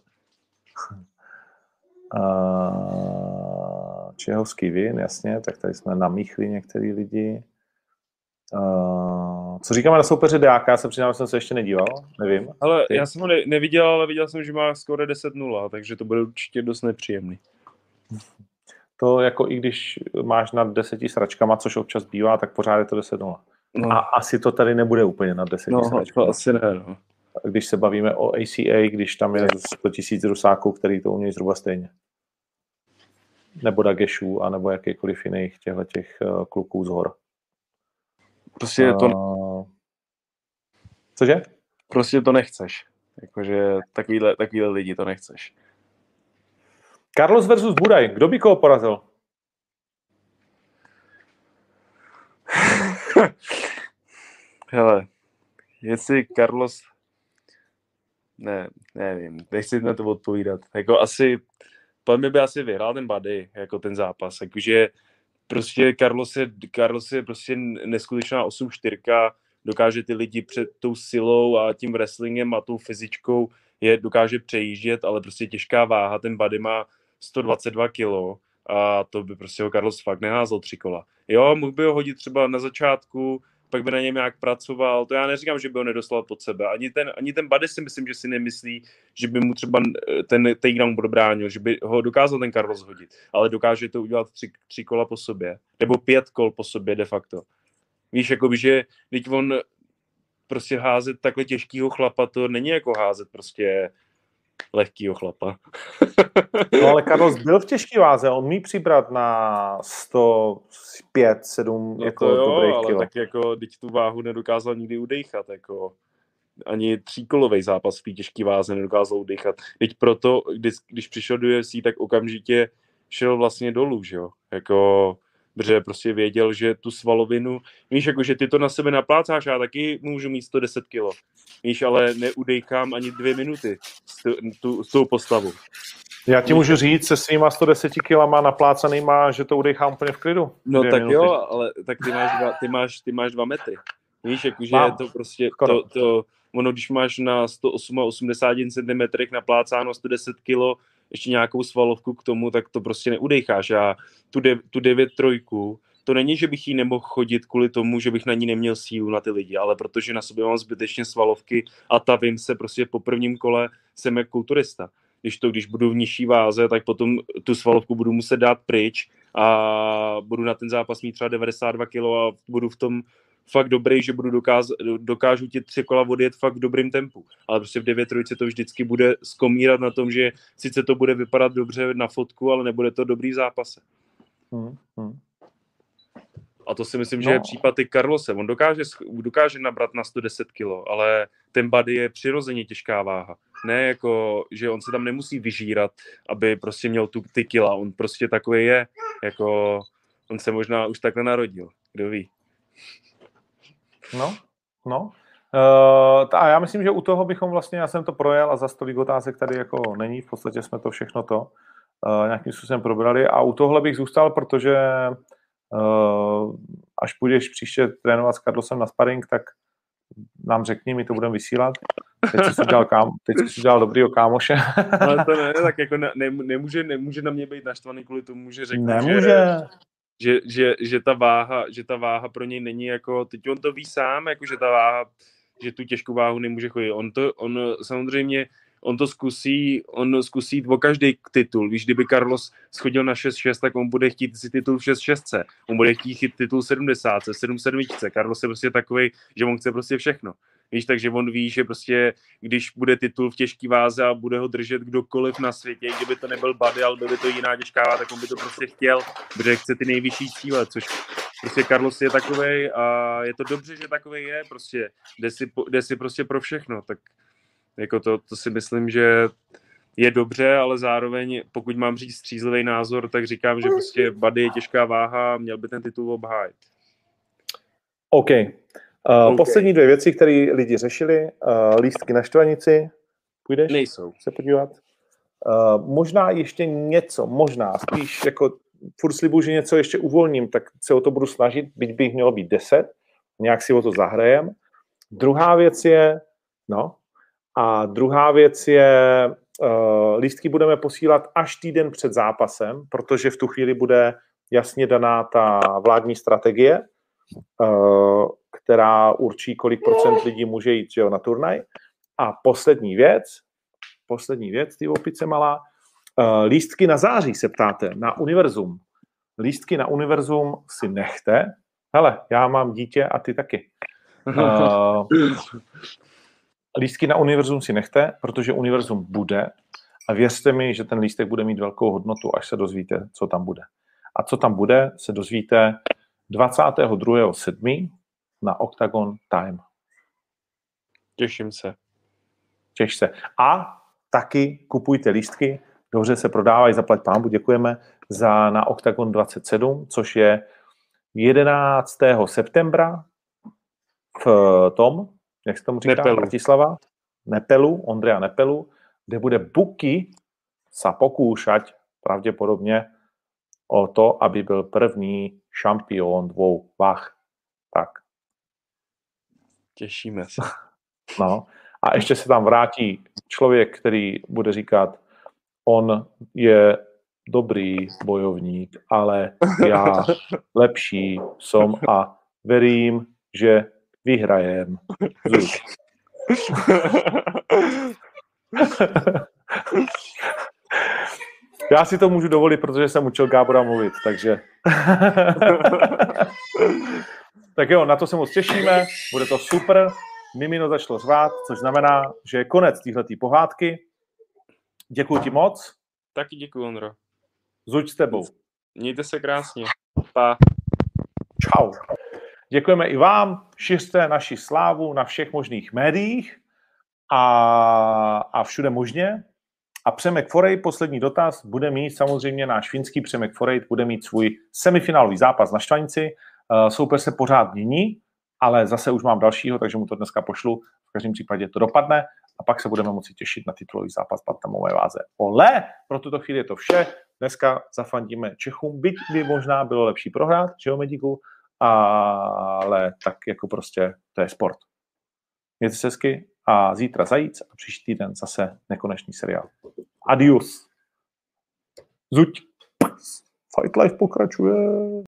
Uh, Čehovský vin, jasně, tak tady jsme namíchli některý lidi. Uh, co říkáme na soupeře Deáka? Já se přiznám, že jsem se ještě nedíval, nevím.
Ale
Ty?
já jsem ho ne, neviděl, ale viděl jsem, že má skoro deset nula, takže to bude určitě dost nepříjemný.
To jako i když máš nad deseti sračkama, což občas bývá, tak pořád je to deset nula.
No,
A asi to tady nebude úplně nad deseti
no
sračkama.
to asi ne, no.
Když se bavíme o A C A, když tam je sto tisíc Rusáků, který to umějí zhruba stejně. Nebo Dagešů, anebo jakýkoliv jiných těchto těch uh, kluků z hor.
Prostě to,
Uh, cože?
prostě to nechceš. Jakože takovýhle, takovýhle lidi to nechceš.
Carlos versus Budaj. Kdo by koho porazil?
Hele, jestli Carlos... Ne, nevím, nechci na to odpovídat. Jako asi, podle mě by asi vyhrál ten Budaj, jako ten zápas. Jakože prostě Carlos je, Carlos je prostě neskutečná osm čtyři, dokáže ty lidi před tou silou a tím wrestlingem a tou fyzičkou je dokáže přejíždět, ale prostě těžká váha, ten Budaj má sto dvacet dva kilo a to by prostě ho Carlos fakt neházel tři kola. Jo, mohl by ho hodit třeba na začátku, pak by na něm nějak pracoval, to já neříkám, že by ho nedostal pod sebe. Ani ten, ani ten Budaj si myslím, že si nemyslí, že by mu třeba ten takedown bránil, že by ho dokázal ten Carlos hodit, ale dokáže to udělat tři, tři kola po sobě, nebo pět kol po sobě de facto. Víš, jakoby, že teď on prostě házet takhle těžkýho chlapa, to není jako házet prostě lehkýho chlapa.
No ale Carlos byl v těžké váze, on umí přibrat na sto pět, sedm
No
jako
to jo,
dobrých
ale
kilo.
tak jako, teď tu váhu nedokázal nikdy udejchat, jako ani tříkolový zápas v té těžké váze nedokázal udejchat. Teď proto, když, když přišel do U F C, tak okamžitě šel vlastně dolů, že jo, jako, protože prostě věděl, že tu svalovinu, víš, jako, že ty to na sebe naplácáš, já taky můžu mít sto deset kilo, víš, ale neudejchám ani dvě minuty s, tu, s tou postavou.
Já ti můžu říct se svýma sto deset kilama naplácanýma, že to udechám úplně v klidu.
No
Dvě
tak
minuty.
jo, ale tak ty máš dva, ty máš, ty máš dva metry. Víš, jakože
Mám.
to prostě,
Skoro.
to, to, ono, když máš na sto osmdesát osm centimetrů naplácáno sto deset kilo, ještě nějakou svalovku k tomu, tak to prostě neudejcháš. Já tu, de, tu devět trojku, to není, že bych jí nemohl chodit kvůli tomu, že bych na ní neměl sílu na ty lidi, ale protože na sobě mám zbytečně svalovky a tavím se prostě po prvním kole, jsem jak kulturista. Když to, když budu v nižší váze, tak potom tu svalovku budu muset dát pryč a budu na ten zápas mít třeba devadesát dva kilo a budu v tom fakt dobrý, že budu dokáz, dokážu ti tři kola odjet fakt v dobrým tempu. Ale prostě v devět trojce to vždycky bude skomírat na tom, že sice to bude vypadat dobře na fotku, ale nebude to dobrý v zápase.
Hmm, hmm.
A to si myslím,
No.
že je případ i Carlose. On dokáže, dokáže nabrat na sto deset kilo, ale ten body je přirozeně těžká váha. Ne jako, že on se tam nemusí vyžírat, aby prostě měl tu, ty kila. On prostě takový je. Jako, on se možná už takhle narodil. Kdo ví.
No, no. Uh, a já myslím, že u toho bychom vlastně, já jsem to projel a za tolik otázek tady jako není, v podstatě jsme to všechno to uh, nějakým způsobem probrali a u tohle bych zůstal, protože uh, až půjdeš příště trénovat s Carlosem na sparring, tak nám řekni, my to budeme vysílat. Teď jsi udělal, kámo, teď jsi udělal dobrýho kámoše.
Ale to ne, tak jako ne, ne, nemůže, nemůže na mě být naštvaný kvůli tomu, že řeknu,
Nemůže.
že... Že, že, že, ta váha, že ta váha pro něj není jako, teď on to ví sám, jako že ta váha, že tu těžkou váhu nemůže chodit. On to, on samozřejmě, on to zkusí, on zkusí o každý titul. Víš, kdyby Carlos schodil na šest šest, tak on bude chtít si titul v šest šest. On bude chtít chyt titul sedmdesát, sedm sedm. Carlos je prostě takovej, že on chce prostě všechno. Víš, takže on ví, že prostě, když bude titul v těžký váze a bude ho držet kdokoliv na světě, kdyby to nebyl Buddy, ale by to jiná těžká váha, tak on by to prostě chtěl, protože chce ty nejvyšší cíle, což prostě Carlos je takovej a je to dobře, že takovej je, prostě jde si, jde si prostě pro všechno, tak jako to, to si myslím, že je dobře, ale zároveň, pokud mám říct střízlivý názor, tak říkám, že prostě Buddy je těžká váha a měl by ten titul obhájit.
OK. Uh, okay. Poslední dvě věci, které lidi řešili. Uh, lístky na štvanici. Půjdeš
Nejsou.
se podívat? Uh, možná ještě něco, možná, spíš jako furt slibuju, že něco ještě uvolním, tak se o to budu snažit, byť bych mělo být deset, nějak si o to zahrajem. Druhá věc je, no, a druhá věc je, uh, lístky budeme posílat až týden před zápasem, protože v tu chvíli bude jasně daná ta vládní strategie, uh, která určí, kolik procent lidí může jít, že jo, na turnaj. A poslední věc, poslední věc, ty opice malá, uh, lístky na září se ptáte, na univerzum. Lístky na univerzum si nechte. Hele, já mám dítě a ty taky. Uh, lístky na univerzum si nechte, protože univerzum bude a věřte mi, že ten lístek bude mít velkou hodnotu, až se dozvíte, co tam bude. A co tam bude, se dozvíte dvacátého druhého sedmého na Octagon Time.
Těším se.
Těš se. A taky kupujte lístky, dobře se prodávají, zaplať pánbu, děkujeme, za na Octagon dvacet sedm, což je jedenáctého septembra v tom, jak se tomu říká,
Nepelu.
Bratislava, Nepelu, Ondreja Nepelu, kde bude Buky sa pokúšať pravděpodobně o to, aby byl první šampion dvou vah. Tak.
Těšíme se.
No. A ještě se tam vrátí člověk, který bude říkat, on je dobrý bojovník, ale já lepší som a verím, že vyhrajem. Zuj. Já si to můžu dovolit, protože jsem učil Gábora mluvit, takže... Tak jo, na to se moc těšíme, bude to super. Mimino začalo řvát, což znamená, že je konec téhletý pohádky. Děkuji ti moc.
Taky děkuji, Ondro.
Zuď s tebou.
Mějte se krásně. Pa.
Čau. Děkujeme i vám, šiřte naši slávu na všech možných médiích a, a všude možně. A Přemek Forej, poslední dotaz, bude mít samozřejmě náš finský Přemek Forej, bude mít svůj semifinálový zápas na Štvanici. Soupeř se pořád mění, ale zase už mám dalšího, takže mu to dneska pošlu. V každém případě to dopadne a pak se budeme moci těšit na titulový zápas v bantamové váze. Ole, pro tuto chvíli je to vše. Dneska zafandíme Čechům, byť by možná bylo lepší prohrát, že jo, Medíku? ale tak jako prostě to je sport. Mějte se hezky a zítra zajíc a příští týden zase nekonečný seriál. Adios. Zuť. Fight Life pokračuje.